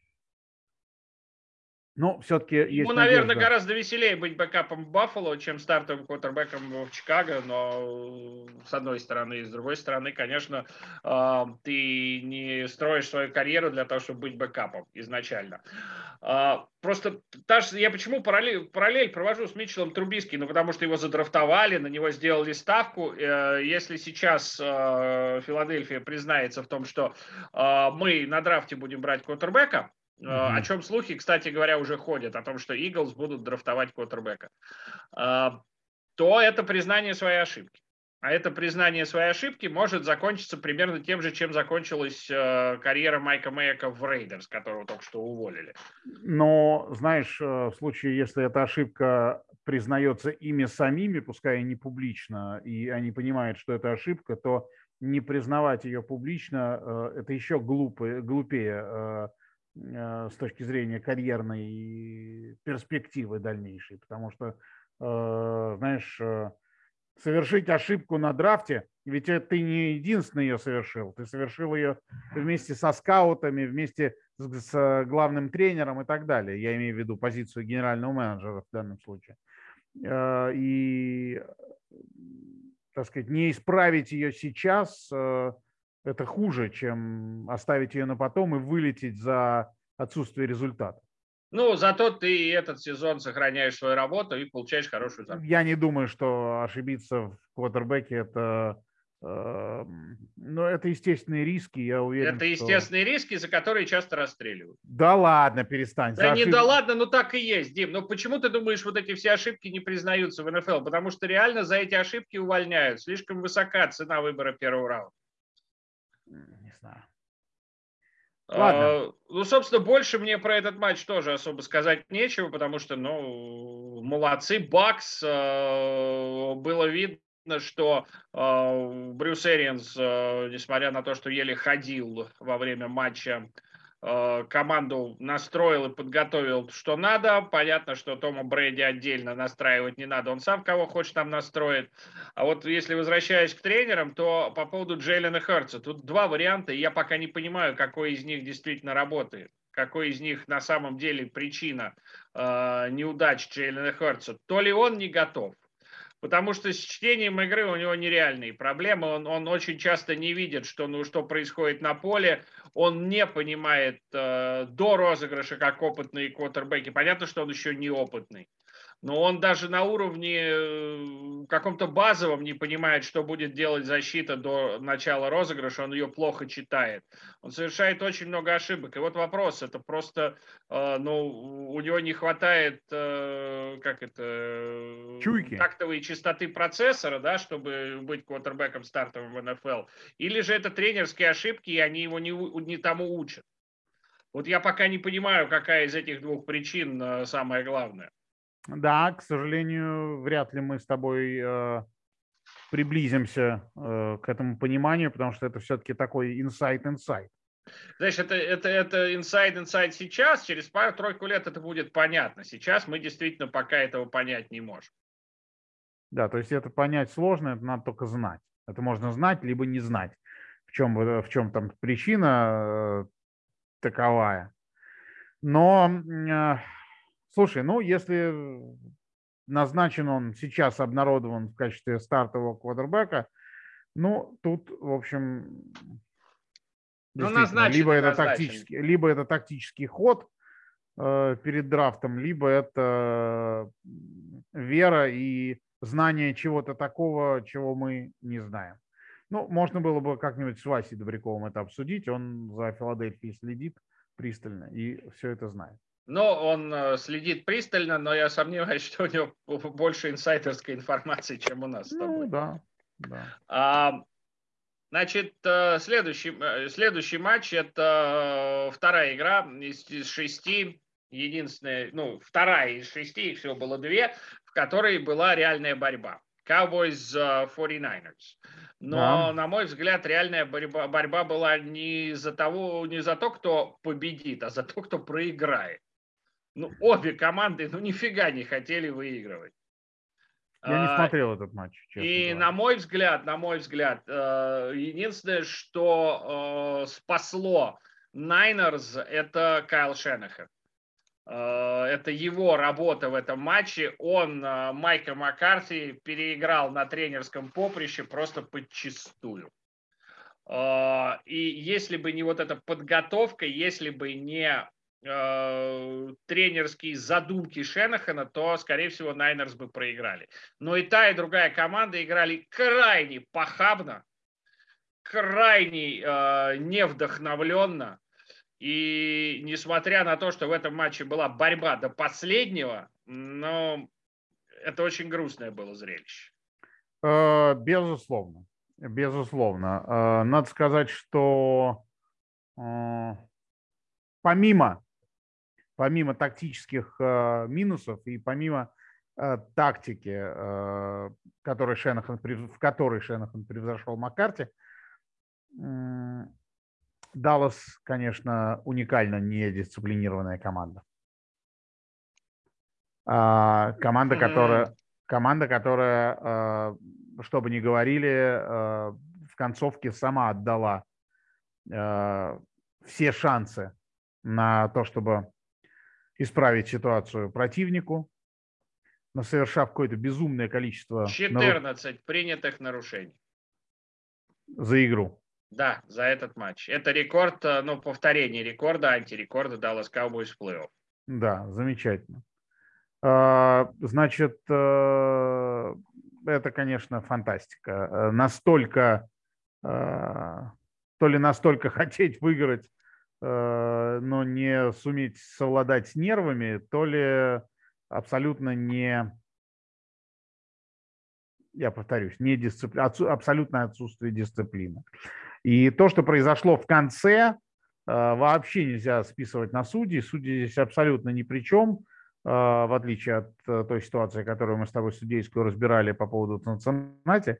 Speaker 2: но все-таки
Speaker 1: Ему,
Speaker 2: есть
Speaker 1: наверное,
Speaker 2: надежда.
Speaker 1: гораздо веселее быть бэкапом в Баффало, чем стартовым квотербеком в Чикаго, но с одной стороны. И с другой стороны, конечно, э, ты не строишь свою карьеру для того, чтобы быть бэкапом изначально. А, Просто та же, я почему параллель, параллель провожу с Митчеллом Трубиски? Ну, потому что его задрафтовали, на него сделали ставку. Э, Если сейчас э, Филадельфия признается в том, что э, мы на драфте будем брать квотербека, э, о
Speaker 2: Мгм.
Speaker 1: чем слухи, кстати говоря, уже ходят, о том, что Иглс будут драфтовать квотербека, э, то это признание своей ошибки. А это признание своей ошибки может закончиться примерно тем же, чем закончилась э, карьера Майка Мэйка в Рейдерс, которого только что уволили.
Speaker 2: Но, знаешь, э, в случае, если эта ошибка признается ими самими, пускай и не публично, и они понимают, что это ошибка, то не признавать ее публично, э, это еще глупо, глупее э, э, с точки зрения карьерной перспективы дальнейшей. Потому что, э, знаешь, э, совершить ошибку на драфте, ведь это ты не единственный ее совершил, ты совершил ее вместе со скаутами, вместе с, с главным тренером и так далее. Я имею в виду позицию генерального менеджера в данном случае. Э, И, так сказать, не исправить ее сейчас, э, это хуже, чем оставить ее на потом и вылететь за отсутствие результата.
Speaker 1: Ну, зато ты этот сезон сохраняешь свою работу и получаешь хорошую
Speaker 2: Я
Speaker 1: зарплату.
Speaker 2: не думаю, что ошибиться в квотербеке это, э, ну, это естественные риски. Я уверен,
Speaker 1: Это
Speaker 2: что...
Speaker 1: естественные риски, за которые часто расстреливают.
Speaker 2: Да ладно, перестань.
Speaker 1: Да
Speaker 2: За
Speaker 1: не
Speaker 2: ошиб...
Speaker 1: да ладно, ну так и есть, Дим. Ну почему ты думаешь, вот эти все ошибки не признаются в эн эф эл? Потому что реально за эти ошибки увольняют. Слишком высока цена выбора первого раунда.
Speaker 2: Не знаю. Ладно.
Speaker 1: А, Ну, собственно, больше мне про этот матч тоже особо сказать нечего, потому что, ну, молодцы, Бакс. э, Было видно, что э, Брюс Эрианс, э, несмотря на то, что еле ходил во время матча, э, команду настроил и подготовил, что надо. Понятно, что Тома Брэди отдельно настраивать не надо, он сам кого хочет там настроит. А вот если возвращаясь к тренерам, то по поводу Джейлена Хёртса, тут два варианта, и я пока не понимаю, какой из них действительно работает, какой из них на самом деле причина э, неудач Джейлена Хёртса. То ли он не готов, потому что с чтением игры у него нереальные проблемы. Он, он очень часто не видит, что, ну, что происходит на поле. Он не понимает э, до розыгрыша, как опытные квотербеки. Понятно, что он еще не опытный. Но он даже на уровне э, каком-то базовом не понимает, что будет делать защита до начала розыгрыша, он ее плохо читает. Он совершает очень много ошибок. И вот вопрос, это просто, э, ну, у него не хватает, э, как это, э,
Speaker 2: Чуйки.
Speaker 1: тактовой чистоты процессора, да, чтобы быть квотербеком стартовым в эн эф эл. Или же это тренерские ошибки, и они его не, не тому учат. Вот я пока не понимаю, какая из этих двух причин э, самая главная.
Speaker 2: Да, к сожалению, вряд ли мы с тобой э, приблизимся э, к этому пониманию, потому что это все-таки такой инсайт-инсайт.
Speaker 1: Знаешь, это, это, это inside inside сейчас, через пару-тройку лет это будет понятно. Сейчас мы действительно пока этого понять не можем.
Speaker 2: Да, то есть это понять сложно, это надо только знать. Это можно знать, либо не знать, в чем, в чем там причина э, таковая. Но, э, слушай, ну, если назначен он сейчас, обнародован в качестве стартового квотербека, ну, тут, в общем,
Speaker 1: Ну,
Speaker 2: действительно, либо
Speaker 1: назначенный,
Speaker 2: это
Speaker 1: назначенный.
Speaker 2: тактический, либо это тактический ход э, перед драфтом, либо это вера и знание чего-то такого, чего мы не знаем. Ну, можно было бы как-нибудь с Васей Добряковым это обсудить. Он за Филадельфией следит пристально и все это знает.
Speaker 1: Но он э, следит пристально, но я сомневаюсь, что у него больше инсайдерской информации, чем у нас с
Speaker 2: Ну,
Speaker 1: тобой.
Speaker 2: да, да.
Speaker 1: А, Значит, э, следующий, э, следующий матч – это э, вторая игра из, из шести. Единственная, ну, вторая из шести, их всего было две, в которой была реальная борьба. Cowboys э, форти найнерс.
Speaker 2: Да.
Speaker 1: Но, на мой взгляд, реальная борьба, борьба была не за того, не за то, кто победит, а за то, кто проиграет. Ну, обе команды, ну, нифига не хотели выигрывать.
Speaker 2: Я не смотрел этот матч, честно
Speaker 1: И
Speaker 2: говоря.
Speaker 1: на мой взгляд, на мой взгляд, единственное, что спасло Найнерс, это Кайл Шенахан. Это его работа в этом матче. Он Майка Маккарти переиграл на тренерском поприще просто подчистую. И если бы не вот эта подготовка, если бы не тренерские задумки Шенахана, то, скорее всего, Найнерс бы проиграли. Но и та, и другая команда играли крайне похабно, крайне э, невдохновленно. И несмотря на то, что в этом матче была борьба до последнего, но это очень грустное было зрелище.
Speaker 2: Безусловно. Безусловно. Надо сказать, что помимо, помимо тактических минусов и помимо тактики, которой Шенахан, в которой Шенахан превзошел Маккарти, Даллас, конечно, уникально недисциплинированная команда. Команда, которая, команда, которая, что бы ни говорили, в концовке сама отдала все шансы на то, чтобы исправить ситуацию противнику, но совершав какое-то безумное количество...
Speaker 1: четырнадцать наруш... принятых нарушений.
Speaker 2: За игру.
Speaker 1: Да, за этот матч. Это рекорд, ну, повторение рекорда, антирекорда Dallas Cowboys в плей-офф.
Speaker 2: Да, замечательно. Значит, это, конечно, фантастика. Настолько, то ли настолько хотеть выиграть, но не суметь совладать с нервами, то ли абсолютно не, я повторюсь, не дисципли... абсолютное отсутствие дисциплины. И то, что произошло в конце, вообще нельзя списывать на судей. Судьи здесь абсолютно ни при чем, в отличие от той ситуации, которую мы с тобой судейскую разбирали по поводу Цинциннати.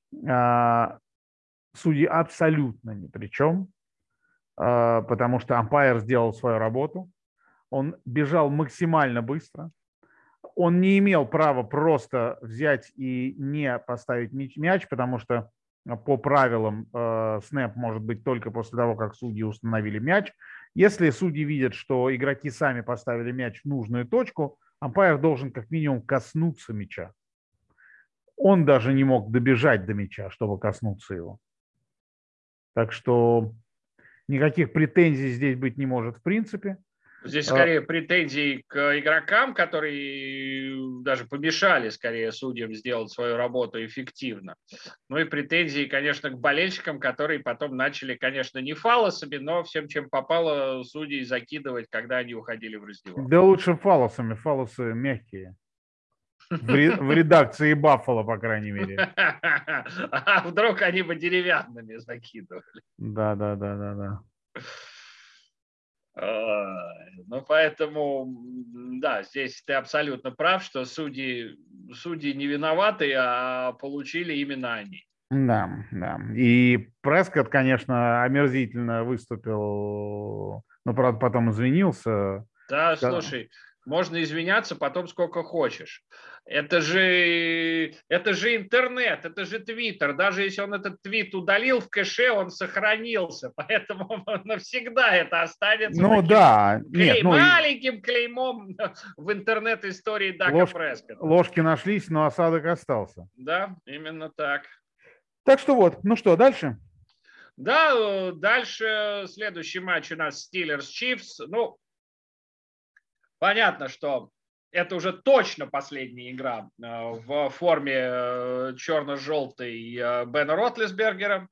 Speaker 2: Судьи абсолютно ни при чем, потому что ампайр сделал свою работу. Он бежал максимально быстро. Он не имел права просто взять и не поставить мяч, потому что по правилам э, снэп может быть только после того, как судьи установили мяч. Если судьи видят, что игроки сами поставили мяч в нужную точку, ампайр должен как минимум коснуться мяча. Он даже не мог добежать до мяча, чтобы коснуться его. Так что никаких претензий здесь быть не может в принципе.
Speaker 1: Здесь скорее претензии к игрокам, которые даже помешали скорее судьям сделать свою работу эффективно. Ну и претензии, конечно, к болельщикам, которые потом начали, конечно, не фалосами, но всем, чем попало, судей закидывать, когда они уходили в раздевалку.
Speaker 2: Да лучше фалосами, фалосы мягкие. В редакции Баффало, по крайней мере.
Speaker 1: А вдруг они бы деревянными закидывали.
Speaker 2: Да, да, да, да, да.
Speaker 1: Ну, поэтому, да, здесь ты абсолютно прав, что судьи, судьи не виноваты, а получили именно они.
Speaker 2: Да, да. И Прескотт, конечно, омерзительно выступил, но, правда, потом извинился.
Speaker 1: Да, слушай, можно извиняться потом сколько хочешь. Это же, это же интернет, это же Твиттер. Даже если он этот твит удалил в кэше, он сохранился. Поэтому навсегда это останется
Speaker 2: ну,
Speaker 1: таким
Speaker 2: да.
Speaker 1: клей,
Speaker 2: Нет, ну,
Speaker 1: маленьким клеймом в интернет-истории Дака
Speaker 2: ложь,
Speaker 1: Прескотта.
Speaker 2: Ложки нашлись, но осадок остался.
Speaker 1: Да, именно так.
Speaker 2: Так что вот, ну что, дальше?
Speaker 1: Да, дальше следующий матч у нас Steelers-Chiefs. Ну, понятно, что это уже точно последняя игра в форме черно-желтой Бена Ротлисбергера.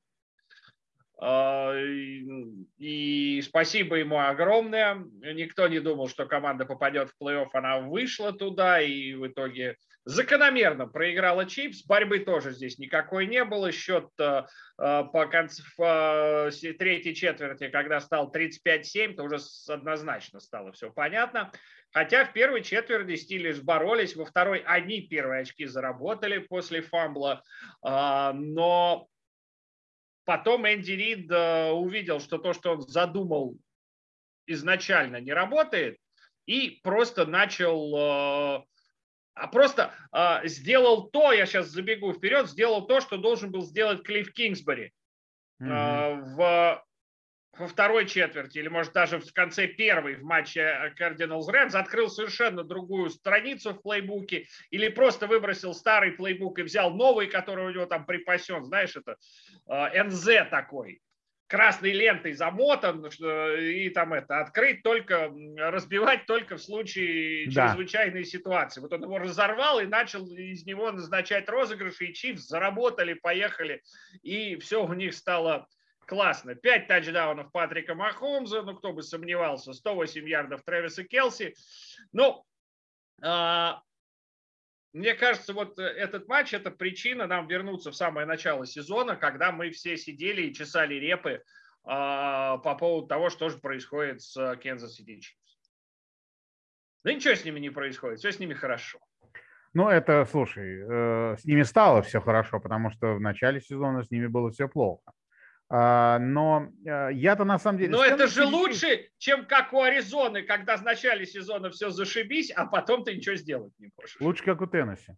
Speaker 1: И спасибо ему огромное. Никто не думал, что команда попадет в плей-офф. Она вышла туда и в итоге закономерно проиграла Чипс. Борьбы тоже здесь никакой не было. Счет по концу в третьей четверти, когда стал тридцать пять семь, то уже однозначно стало все понятно. Хотя в первой четверти Стиллерс боролись, во второй они первые очки заработали после фамбла. Но потом Энди Рид увидел, что то, что он задумал изначально, не работает, и просто начал, а просто сделал то, я сейчас забегу вперед, сделал то, что должен был сделать Клифф Кингсбери mm-hmm. в во второй четверти, или, может, даже в конце первой в матче Cardinals Rams, открыл совершенно другую страницу в плейбуке, или просто выбросил старый плейбук и взял новый, который у него там припасен, знаешь, это эн зет такой, красной лентой замотан, и там это, открыть только, разбивать только в случае да. чрезвычайной ситуации. Вот он его разорвал и начал из него назначать розыгрыши, и Чифс заработали, поехали, и все у них стало... Классно. Пять тачдаунов Патрика Махомза, ну кто бы сомневался, сто восемь ярдов Трэвиса Келси. Ну, а, мне кажется, вот этот матч – это причина нам вернуться в самое начало сезона, когда мы все сидели и чесали репы а, по поводу того, что же происходит с Kansas City Chiefs. Да ничего с ними не происходит, все с ними хорошо.
Speaker 2: Ну, это, слушай, э, с ними стало все хорошо, потому что в начале сезона с ними было все плохо. Но я-то на самом деле...
Speaker 1: Но это же лучше, чем как у Аризоны, когда в начале сезона все зашибись, а потом ты ничего сделать не можешь.
Speaker 2: Лучше, как у Теннесси.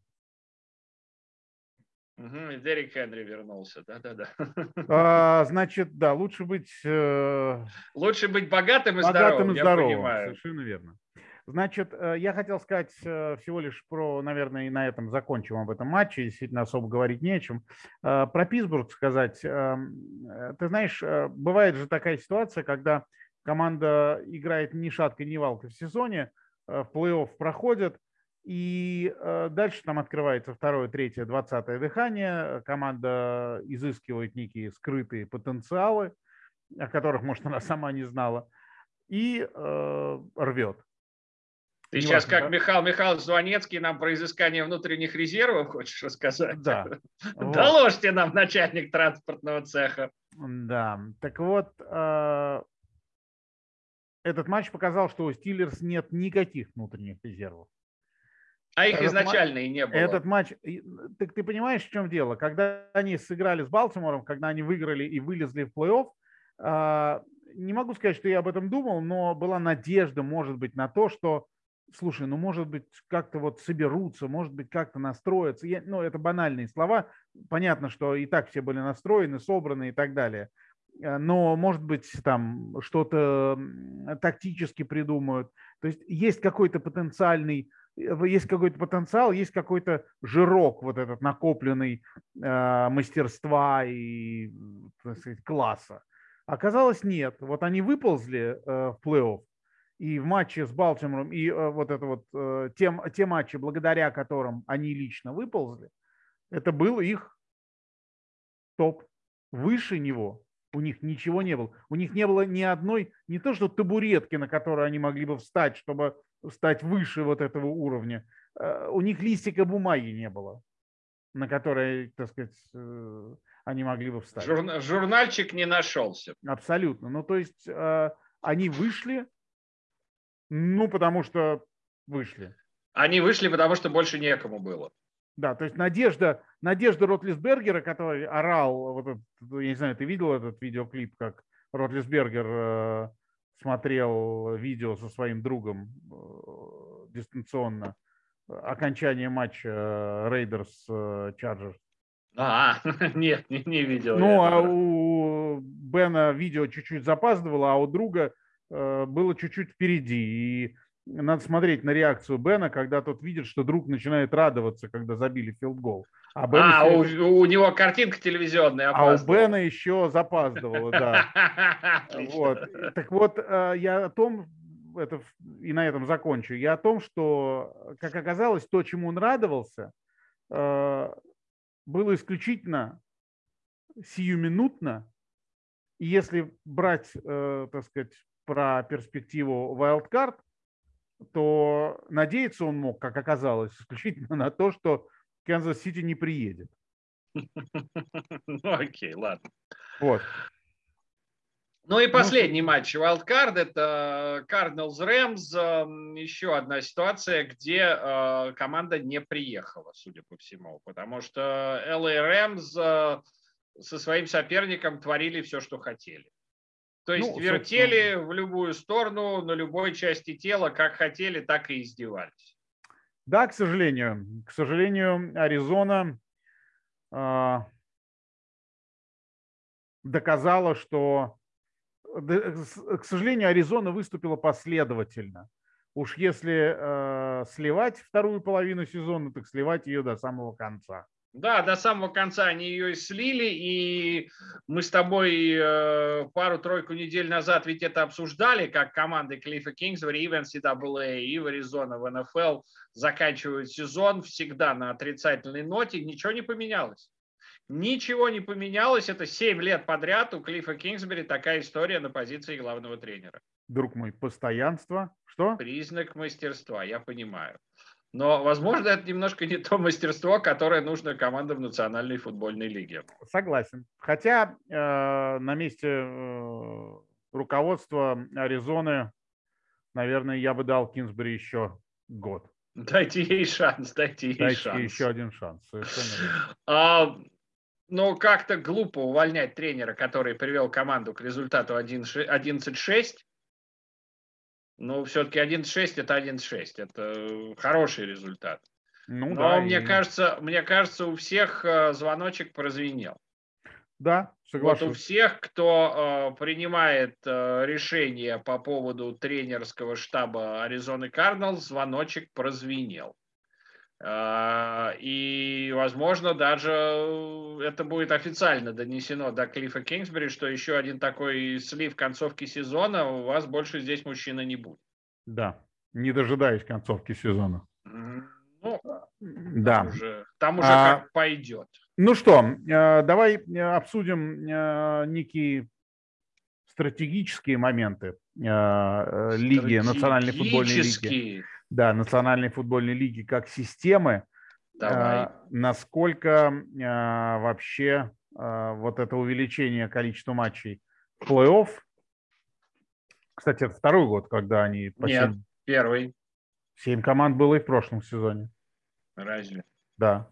Speaker 1: Угу, Дерек Хенри вернулся, да-да-да.
Speaker 2: А, значит, да, лучше быть... Э...
Speaker 1: Лучше быть богатым и
Speaker 2: богатым
Speaker 1: здоровым,
Speaker 2: и здоровым,
Speaker 1: я понимаю.
Speaker 2: Совершенно верно. Значит, я хотел сказать всего лишь про, наверное, и на этом закончим об этом матче, действительно особо говорить не о чем. Про Питтсбург сказать. Ты знаешь, бывает же такая ситуация, когда команда играет ни шаткой, ни валкой в сезоне, в плей-офф проходит, и дальше там открывается второе, третье, двадцатое дыхание, команда изыскивает некие скрытые потенциалы, о которых, может, она сама не знала, и рвет.
Speaker 1: Ты не сейчас, важно, как да? Михаил Михайлович Звонецкий, нам про изыскание внутренних резервов хочешь рассказать?
Speaker 2: Да.
Speaker 1: Доложьте нам, начальник транспортного цеха.
Speaker 2: Да. Так вот, этот матч показал, что у Стиллерс нет никаких внутренних резервов.
Speaker 1: А их этот изначально ма- и не было.
Speaker 2: Этот матч, так ты понимаешь, в чем дело? Когда они сыграли с Балтимором, когда они выиграли и вылезли в плей-офф, не могу сказать, что я об этом думал, но была надежда, может быть, на то, что слушай, ну, может быть, как-то вот соберутся, может быть, как-то настроятся. Я, ну, это банальные слова. Понятно, что и так все были настроены, собраны и так далее. Но, может быть, там что-то тактически придумают. То есть есть какой-то потенциальный, есть какой-то потенциал, есть какой-то жирок вот этот накопленный э, мастерства и, так сказать, класса. Оказалось, нет. Вот они выползли э, в плей-офф, и в матче с Балтимором, и э, вот это вот э, те, те матчи, благодаря которым они лично выползли, это был их топ. Выше него у них ничего не было. У них не было ни одной, не то что табуретки, на которую они могли бы встать, чтобы стать выше вот этого уровня. Э, у них листика бумаги не было, на которой, так сказать, э, они могли бы встать.
Speaker 1: Журна- журнальчик не нашелся.
Speaker 2: Абсолютно. Ну, то есть э, они вышли, ну, потому что вышли.
Speaker 1: Они вышли, потому что больше некому было.
Speaker 2: Да, то есть надежда, надежда Ротлисбергера, который орал, вот этот, я не знаю, ты видел этот видеоклип, как Ротлисбергер э, смотрел видео со своим другом э, дистанционно, окончание матча Рейдерс Чарджерс.
Speaker 1: А, нет, не, не видел.
Speaker 2: Ну, а у Бена видео чуть-чуть запаздывало, а у друга э, было чуть-чуть впереди. И надо смотреть на реакцию Бена, когда тот видит, что друг начинает радоваться, когда забили филдгол.
Speaker 1: А, а еще... у, у него картинка телевизионная
Speaker 2: опаздывала. А у Бена еще запаздывала, да. Вот. Так вот, я о том, это, и на этом закончу, я о том, что, как оказалось, то, чему он радовался, было исключительно сиюминутно. И если брать, так сказать, про перспективу wildcard, то надеяться он мог, как оказалось, исключительно на то, что Канзас-Сити не приедет.
Speaker 1: Ну, окей, ладно.
Speaker 2: Вот.
Speaker 1: Ну и последний ну, матч Wildcard – это Cardinals Rams. Еще одна ситуация, где команда не приехала, судя по всему, потому что эл эй Rams со своим соперником творили все, что хотели. То есть
Speaker 2: Ну,
Speaker 1: вертели
Speaker 2: собственно,
Speaker 1: в любую сторону, на любой части тела, как хотели, так и издевались.
Speaker 2: да, к сожалению. К сожалению, Аризона а, доказала, что... да, с- К сожалению, Аризона выступила последовательно. Уж если э, сливать вторую половину сезона, так сливать ее до самого конца.
Speaker 1: Да, до самого конца они ее и слили, и мы с тобой э, пару-тройку недель назад ведь это обсуждали, как команды Клиффа Кингсбери и в эн си эй эй, и в Аризона, в эн эф эл заканчивают сезон всегда на отрицательной ноте, ничего не поменялось. Ничего не поменялось, это семь лет подряд у Клиффа Кингсбери такая история на позиции главного тренера.
Speaker 2: Друг мой, постоянство. Что?
Speaker 1: Признак мастерства, я понимаю. Но, возможно, это немножко не то мастерство, которое нужно командам Национальной футбольной лиги.
Speaker 2: Согласен. Хотя э, на месте э, руководства Аризоны, наверное, я бы дал Кинсбери еще год.
Speaker 1: Дайте ей шанс, дайте ей
Speaker 2: Дайте ей
Speaker 1: шанс.
Speaker 2: еще один шанс. Совершенно верно.
Speaker 1: А, ну, как-то глупо увольнять тренера, который привел команду к результату одиннадцать шесть. Ну, все-таки одиннадцать шесть это одиннадцать шесть. Это хороший результат.
Speaker 2: Ну
Speaker 1: Но
Speaker 2: да,
Speaker 1: мне
Speaker 2: и
Speaker 1: кажется, мне кажется, у всех э, звоночек прозвенел.
Speaker 2: да,
Speaker 1: Вот у
Speaker 2: соглашусь.
Speaker 1: всех, кто э, принимает э, решение по поводу тренерского штаба Аризоны Кардиналс, звоночек прозвенел. Э, и, возможно, даже это будет официально донесено до Клиффа Кингсбери, что еще один такой слив концовки сезона, у вас больше здесь мужчина не будет.
Speaker 2: Да, не дожидаясь концовки сезона.
Speaker 1: Ну,
Speaker 2: Да.
Speaker 1: там уже, там уже
Speaker 2: А,
Speaker 1: как пойдет.
Speaker 2: ну что, э, давай э, обсудим э, некие стратегические моменты э, лиги, Национальной футбольной лиги.
Speaker 1: Стратегические.
Speaker 2: Да, Национальной футбольной лиги как системы.
Speaker 1: Давай.
Speaker 2: Э, насколько э, вообще э, вот это увеличение количества матчей в плей-офф, кстати, это второй год, когда они по
Speaker 1: Нет,
Speaker 2: семь,
Speaker 1: первый.
Speaker 2: семь команд было и в прошлом сезоне.
Speaker 1: Разве?
Speaker 2: Да.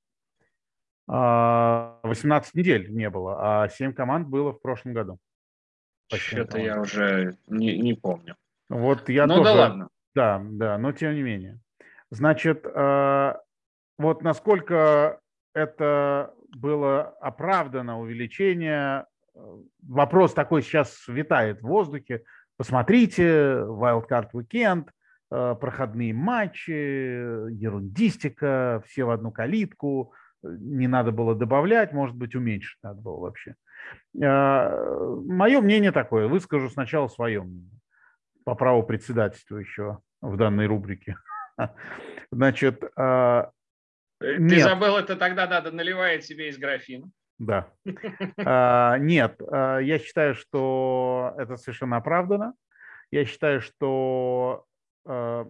Speaker 2: А, восемнадцать недель не было, а семь команд было в прошлом году. По семь
Speaker 1: Что-то я
Speaker 2: команд.
Speaker 1: уже не, не помню.
Speaker 2: Вот я
Speaker 1: Ну да
Speaker 2: тоже,
Speaker 1: ладно.
Speaker 2: да, да, но тем не менее. Значит, э, вот насколько это было оправдано увеличение, э, вопрос такой сейчас витает в воздухе. Посмотрите, Wildcard Weekend, э, проходные матчи, ерундистика, все в одну калитку, не надо было добавлять, может быть, уменьшить надо было вообще. Э, Мое мнение такое, выскажу сначала свое мнение по праву председательствующего в данной рубрике. Значит, э,
Speaker 1: Ты
Speaker 2: нет,
Speaker 1: забыл, это тогда надо наливать себе из графина.
Speaker 2: да. Э, Нет, э, я считаю, что это совершенно оправдано. Я считаю, что э,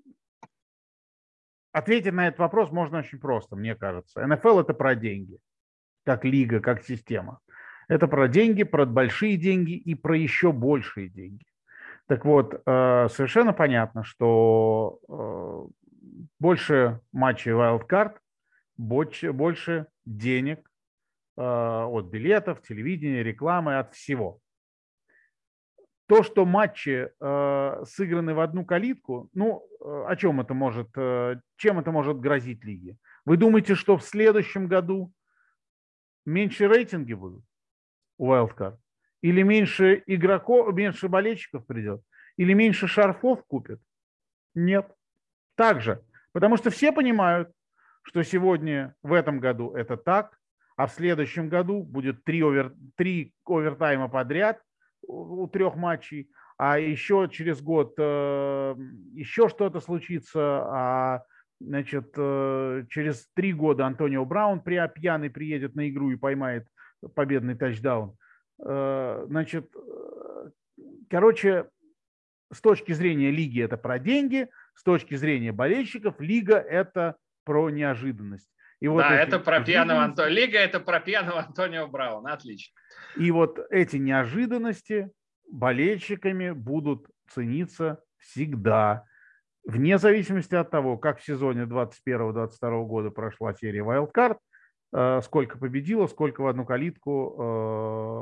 Speaker 2: ответить на этот вопрос можно очень просто, мне кажется. эн эф эл – это про деньги, как лига, как система. Это про деньги, про большие деньги и про еще большие деньги. Так вот, э, совершенно понятно, что э, больше матчей wildcard, больше, больше денег э, от билетов, телевидения, рекламы, от всего. То, что матчи э, сыграны в одну калитку, ну, э, о чем это может, э, чем это может грозить лиге? Вы думаете, что в следующем году меньше рейтинги будут у wildcard? Или меньше игроков, меньше болельщиков придет? Или меньше шарфов купят? Нет. Также. Потому что все понимают, что сегодня, в этом году это так, а в следующем году будет три, овер, три овертайма подряд у, у трех матчей, а еще через год э, еще что-то случится, а значит, э, через три года Антонио Браун при, пьяный приедет на игру и поймает победный тачдаун. Э, значит, э, короче, с точки зрения лиги это про деньги, с точки зрения болельщиков лига это про неожиданность. И вот
Speaker 1: Да,
Speaker 2: эти
Speaker 1: это про пьяного
Speaker 2: неожиданности,
Speaker 1: Антонио. Лига это про пьяного Антонио Брауна. Отлично.
Speaker 2: и вот эти неожиданности болельщиками будут цениться всегда, вне зависимости от того, как в сезоне двадцать первого двадцать второго года прошла серия Wildcard, сколько победило, сколько в одну калитку победило.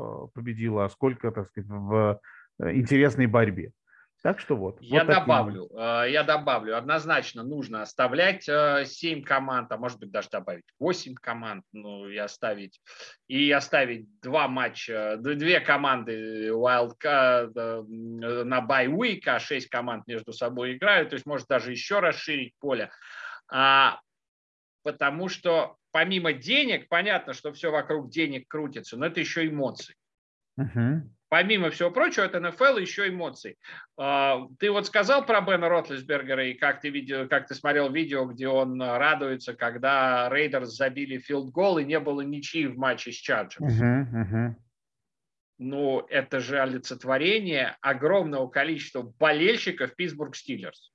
Speaker 2: победила, а сколько, так сказать, в интересной борьбе. Так что вот.
Speaker 1: Я
Speaker 2: вот
Speaker 1: добавлю, такие. я добавлю, однозначно нужно оставлять семь команд, а может быть даже добавить восемь команд, ну и оставить, и оставить два матча, две команды wildcard на bye-week, а шесть команд между собой играют, то есть может даже еще расширить поле, а, потому что помимо денег, понятно, что все вокруг денег крутится, но это еще эмоции.
Speaker 2: Uh-huh.
Speaker 1: Помимо всего прочего, это эн эф эл еще эмоции. Ты вот сказал про Бена Ротлисбергера, и как ты, видел, как ты смотрел видео, где он радуется, когда Рейдерс забили филд-гол, и не было ничьи в матче с Чарджерс.
Speaker 2: Uh-huh, uh-huh.
Speaker 1: Ну, это же олицетворение огромного количества болельщиков Питтсбург Стиллерс.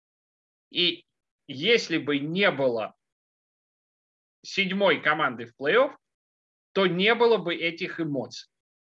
Speaker 1: И если бы не было седьмой команды в плей-офф, то не было бы этих эмоций.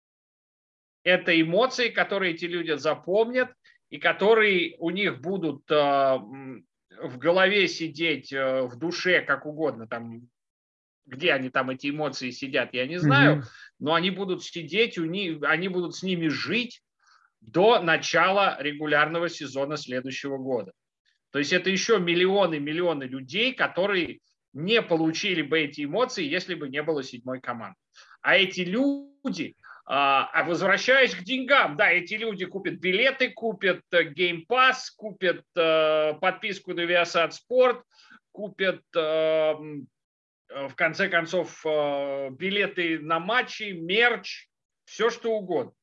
Speaker 1: Это эмоции, которые эти люди запомнят и которые у них будут э, в голове сидеть, э, в душе, как угодно, там, где они там эти эмоции сидят, я не знаю, mm-hmm. но они будут сидеть, у них, они будут с ними жить до начала регулярного сезона следующего года. То есть это еще миллионы, миллионы людей, которые не получили бы эти эмоции, если бы не было седьмой команды. А эти люди... А возвращаясь к деньгам, да, эти люди купят билеты, купят Game Pass, купят э, подписку на Viasat Sport, купят, э, в конце концов, э, билеты на матчи, мерч, все что угодно.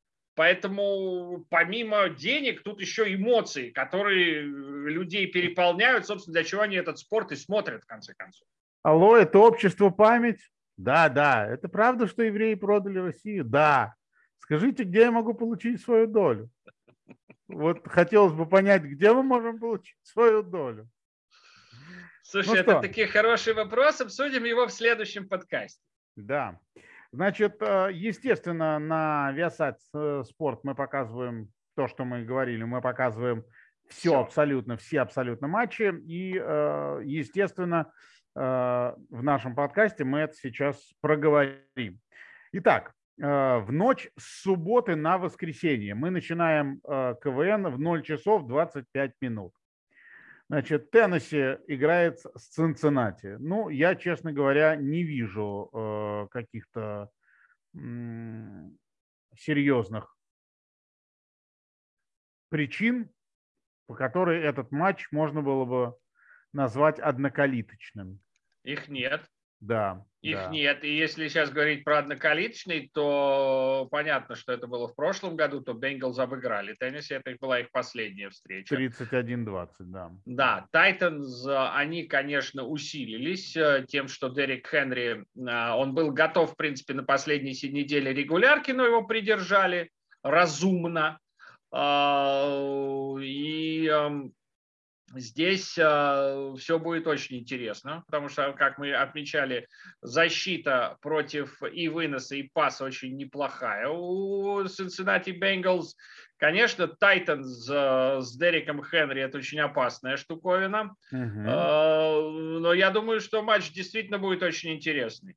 Speaker 1: Поэтому помимо денег тут еще эмоции, которые людей переполняют, собственно, для чего они этот спорт и смотрят, в конце концов.
Speaker 2: Алло, это общество «Память»? Да, да. Это правда, что евреи продали Россию? Да. Скажите, где я могу получить свою долю? Вот хотелось бы понять, где мы можем получить свою долю.
Speaker 1: Слушай, ну это что? Такие хорошие вопросы. Обсудим его в следующем подкасте.
Speaker 2: Да. Значит, естественно, на Viasat Sport мы показываем то, что мы говорили. Мы показываем все, все. абсолютно, все абсолютно матчи. И, естественно, в нашем подкасте мы это сейчас проговорим. Итак, в ночь с субботы на воскресенье мы начинаем КВН в ноль часов двадцать пять минут. Значит, Теннесси играет с Цинциннати. Ну, я, честно говоря, не вижу каких-то серьезных причин, по которой этот матч можно было бы назвать однокалиточным.
Speaker 1: Их нет.
Speaker 2: Да.
Speaker 1: Их
Speaker 2: да.
Speaker 1: нет. И если сейчас говорить про однокалиточный, то понятно, что это было в прошлом году, то Бенгалс обыграли Теннесси. Это была их последняя встреча.
Speaker 2: тридцать один двадцать, да.
Speaker 1: Да, Тайтанс, они, конечно, усилились тем, что Дерек Хенри, он был готов, в принципе, на последней неделе регулярки, но его придержали разумно. И здесь э, все будет очень интересно, потому что, как мы отмечали, защита против и выноса, и паса очень неплохая у Cincinnati Bengals. Конечно, Тайтанс э, с Дереком Хенри – это очень опасная штуковина,
Speaker 2: угу.
Speaker 1: э, но я думаю, что матч действительно будет очень интересный.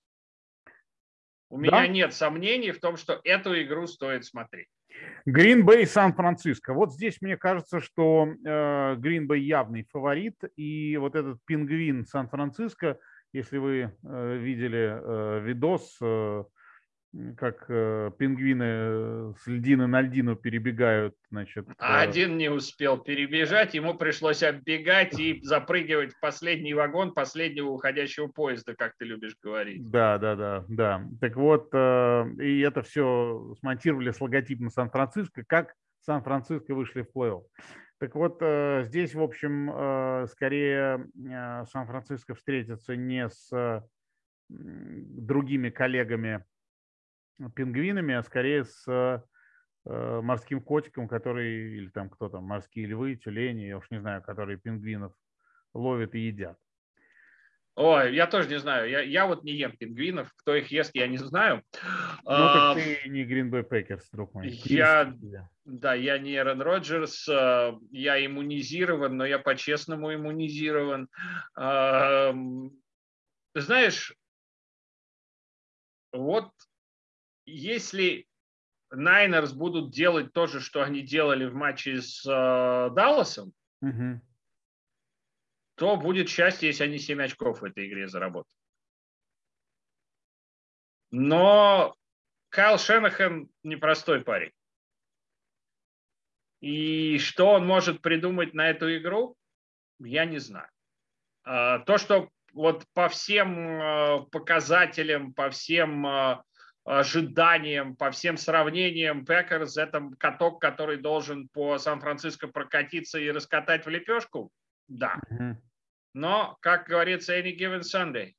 Speaker 1: У да? меня нет сомнений в том, что эту игру стоит смотреть.
Speaker 2: Грин-Бэй, Сан-Франциско. Вот здесь мне кажется, что Грин-Бэй э, явный фаворит. И вот этот пингвин Сан-Франциско, если вы э, видели э, видос, э, как э, пингвины с льдины на льдину перебегают. Значит, э...
Speaker 1: Один не успел перебежать, ему пришлось оббегать и запрыгивать в последний вагон последнего уходящего поезда, как ты любишь говорить.
Speaker 2: Да, да, да, да. Так вот, э, и это все смонтировали с логотипом Сан-Франциско, как Сан-Франциско вышли в плей-офф. Так вот, э, здесь, в общем, э, скорее э, Сан-Франциско встретится не с э, другими коллегами пингвинами, а скорее с э, морским котиком, который, или там кто там, морские львы, тюлени, я уж не знаю, которые пингвинов ловят и едят.
Speaker 1: Ой, я тоже не знаю. Я, я вот не ем пингвинов. Кто их ест, я не знаю.
Speaker 2: Ну, так ты не Green Bay Packers, друг мой.
Speaker 1: Я, да, я не Эрон Роджерс. Я иммунизирован, но я по-честному иммунизирован. Знаешь, вот если Найнерс будут делать то же, что они делали в матче с э, Далласом,
Speaker 2: угу.
Speaker 1: то будет счастье, если они семь очков в этой игре заработают. Но Кайл Шенахан непростой парень. И что он может придумать на эту игру, я не знаю. То, что вот по всем показателям, по всем ожиданиям, по всем сравнениям, Пекерс – это каток, который должен по Сан-Франциско прокатиться и раскатать в лепешку, да.
Speaker 2: Угу.
Speaker 1: Но, как говорится, any given Sunday.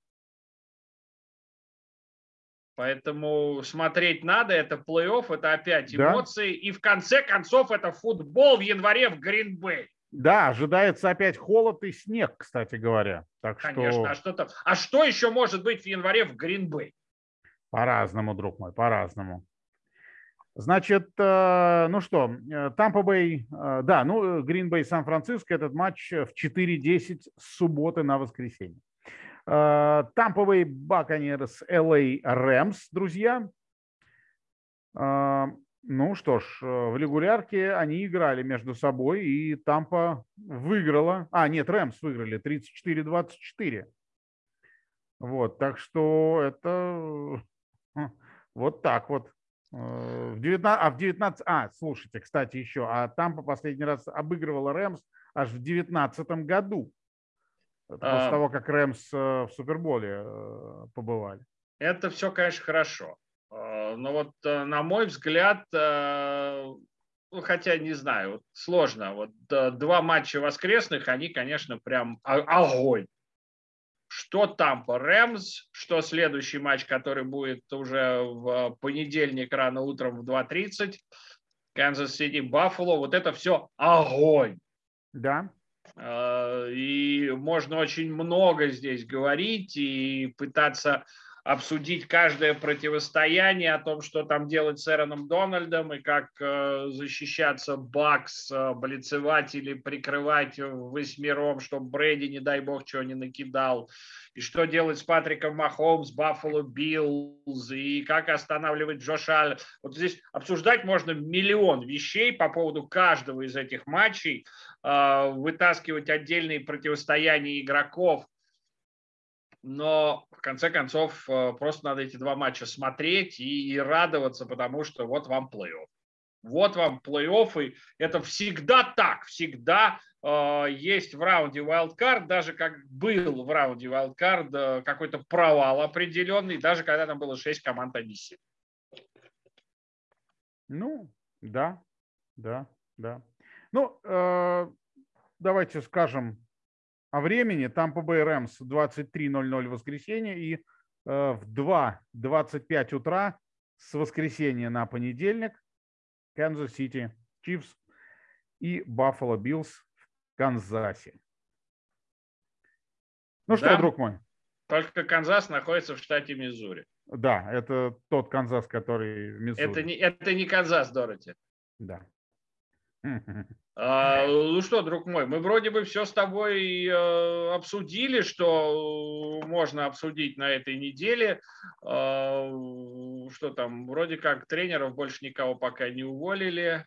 Speaker 1: Поэтому смотреть надо, это плей-офф, это опять эмоции. Да. И в конце концов это футбол в январе в Грин-Бэй.
Speaker 2: Да, ожидается опять холод и снег, кстати говоря. Так
Speaker 1: Конечно,
Speaker 2: что...
Speaker 1: а что там? А что еще может быть в январе в Грин-Бэй?
Speaker 2: По-разному, друг мой, по-разному. Значит, ну что, Тампа-Бэй, да, ну, Грин-Бэй, Сан-Франциско, этот матч в четыре десять с субботы на воскресенье. Тампа-Бэй Баканерс, эл эй Рэмс, друзья. Ну что ж, в регулярке они играли между собой, и Тампа выиграла. А, нет, Рэмс выиграли тридцать четыре двадцать четыре. Вот, так что это вот так вот. В девятнадцатом, а в девятнадцатом, а, слушайте, кстати, еще, а Тампа последний раз обыгрывала Рэмс аж в девятнадцатом году. Это после а, того, как Рэмс в Суперболе побывали.
Speaker 1: Это все, конечно, хорошо. Но вот, на мой взгляд, ну, хотя не знаю, сложно. Вот два матча воскресных, они, конечно, прям огонь. Что Тампа Рэмс, что следующий матч, который будет уже в понедельник рано утром в два тридцать, Канзас-Сити Баффало, вот это все огонь.
Speaker 2: Да.
Speaker 1: И можно очень много здесь говорить и пытаться обсудить каждое противостояние, о том, что там делать с Эроном Дональдом и как защищаться Бакс, блицевать или прикрывать восьмером, чтобы Брэди, не дай бог, чего не накидал. И что делать с Патриком Махомс, Баффало Биллз, и как останавливать Джоша Аллена. Вот здесь обсуждать можно миллион вещей по поводу каждого из этих матчей, вытаскивать отдельные противостояния игроков. Но, в конце концов, просто надо эти два матча смотреть и, и радоваться, потому что вот вам плей-офф. Вот вам плей-офф, и это всегда так, всегда э, есть в раунде wildcard, даже как был в раунде wildcard э, какой-то провал определенный, даже когда там было шесть команд, а не семь.
Speaker 2: Ну, да, да, да. Ну, э, давайте скажем о времени. Тампа Бэй Рэмс двадцать три ноль ноль в воскресенье и э, в два двадцать пять утра с воскресенья на понедельник Канзас-Сити Чифс и Баффало Биллз в Канзасе. Ну да, что, друг мой?
Speaker 1: Только Канзас находится в штате Миссури.
Speaker 2: Да, это тот Канзас, который в Миссури.
Speaker 1: Это не, это не Канзас, Дороти.
Speaker 2: Да.
Speaker 1: А, ну что, друг мой, мы вроде бы все с тобой э, обсудили, что можно обсудить на этой неделе. А, что там, вроде как тренеров больше никого пока не уволили.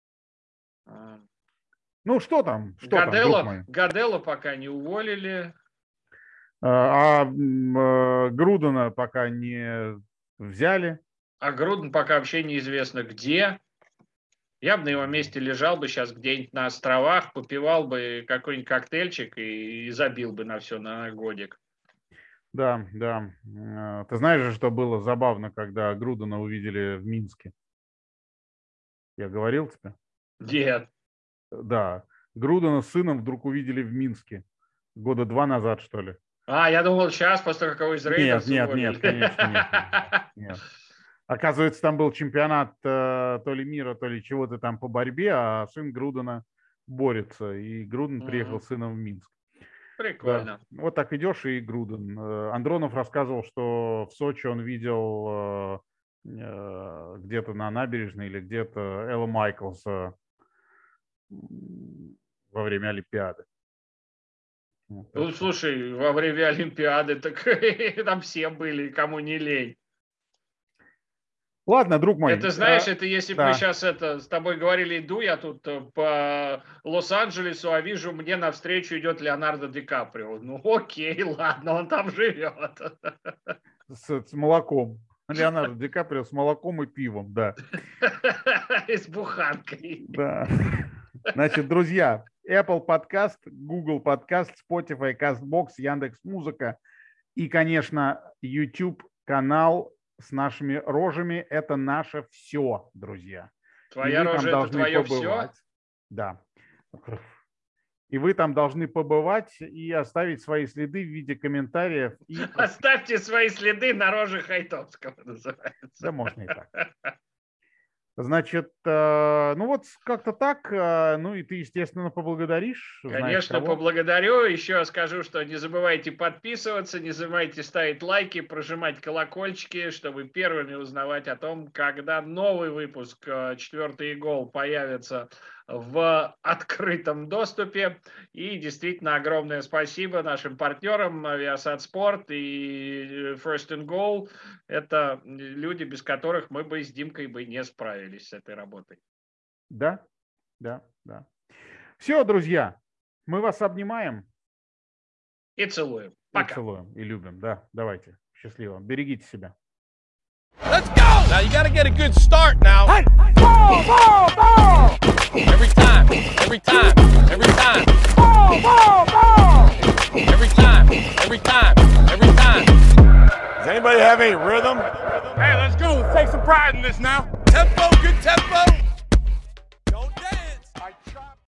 Speaker 2: Ну что там? Что
Speaker 1: Гаделла,
Speaker 2: там, друг мой?
Speaker 1: Гаделла пока не уволили.
Speaker 2: А, а Грудена пока не взяли.
Speaker 1: А Груден пока вообще неизвестно где. Я бы на его месте лежал бы сейчас где-нибудь на островах, попивал бы какой-нибудь коктейльчик и забил бы на все на годик.
Speaker 2: Да, да. Ты знаешь же, что было забавно, когда Грудена увидели в Минске? Я говорил тебе?
Speaker 1: Нет.
Speaker 2: Да. Грудена с сыном вдруг увидели в Минске. Года два назад, что ли.
Speaker 1: А, я думал, сейчас, после какого из рейдеров
Speaker 2: Нет, нет, нет, конечно, нет. нет. Оказывается, там был чемпионат э, то ли мира, то ли чего-то там по борьбе, а сын Грудена борется. И Груден mm-hmm. приехал с сыном в Минск.
Speaker 1: Прикольно.
Speaker 2: Да. Вот так идешь и Груден. Андронов рассказывал, что в Сочи он видел э, э, где-то на набережной или где-то Элла Майклса во время Олимпиады.
Speaker 1: Вот, ну, что. Слушай, во время Олимпиады так там все были, кому не лень.
Speaker 2: Ладно, друг мой.
Speaker 1: Это, знаешь, это если бы
Speaker 2: да.
Speaker 1: мы сейчас это, с тобой говорили, иду я тут по Лос-Анджелесу, а вижу, мне навстречу идет Леонардо Ди Каприо. Ну окей, ладно, он там живет.
Speaker 2: С, с молоком. Леонардо Ди Каприо с молоком и пивом, да.
Speaker 1: И с буханкой.
Speaker 2: Да. Значит, друзья, Apple Podcast, Google Podcast, Spotify, CastBox, Яндекс.Музыка и, конечно, YouTube канал с нашими рожами. Это наше все, друзья.
Speaker 1: Твоя рожа – это твое побывать. Все?
Speaker 2: Да. И вы там должны побывать и оставить свои следы в виде комментариев. И...
Speaker 1: Оставьте свои следы на роже Хайтовского, называется.
Speaker 2: Да, можно и так. Значит, ну вот как-то так. Ну и ты, естественно, поблагодаришь.
Speaker 1: Конечно, поблагодарю. Еще скажу, что не забывайте подписываться, не забывайте ставить лайки, прожимать колокольчики, чтобы первыми узнавать о том, когда новый выпуск «Четвертый гол» появится в открытом доступе. И действительно огромное спасибо нашим партнерам Viasat Sport и First and Goal. Это люди, без которых мы бы с Димкой бы не справились с этой работой.
Speaker 2: Да, да, да. Все, друзья, мы вас обнимаем.
Speaker 1: И целуем. Пока.
Speaker 2: И целуем, и любим, да. Давайте. Счастливо. Берегите себя.
Speaker 3: Let's go! Now you got to get a good start now. Hey, ball, ball, ball! Every time, every time, every time. Ball, ball, ball! Every time, every time, every time. Does anybody have any rhythm? Hey, let's go. Let's take some pride in this now. Tempo, good tempo.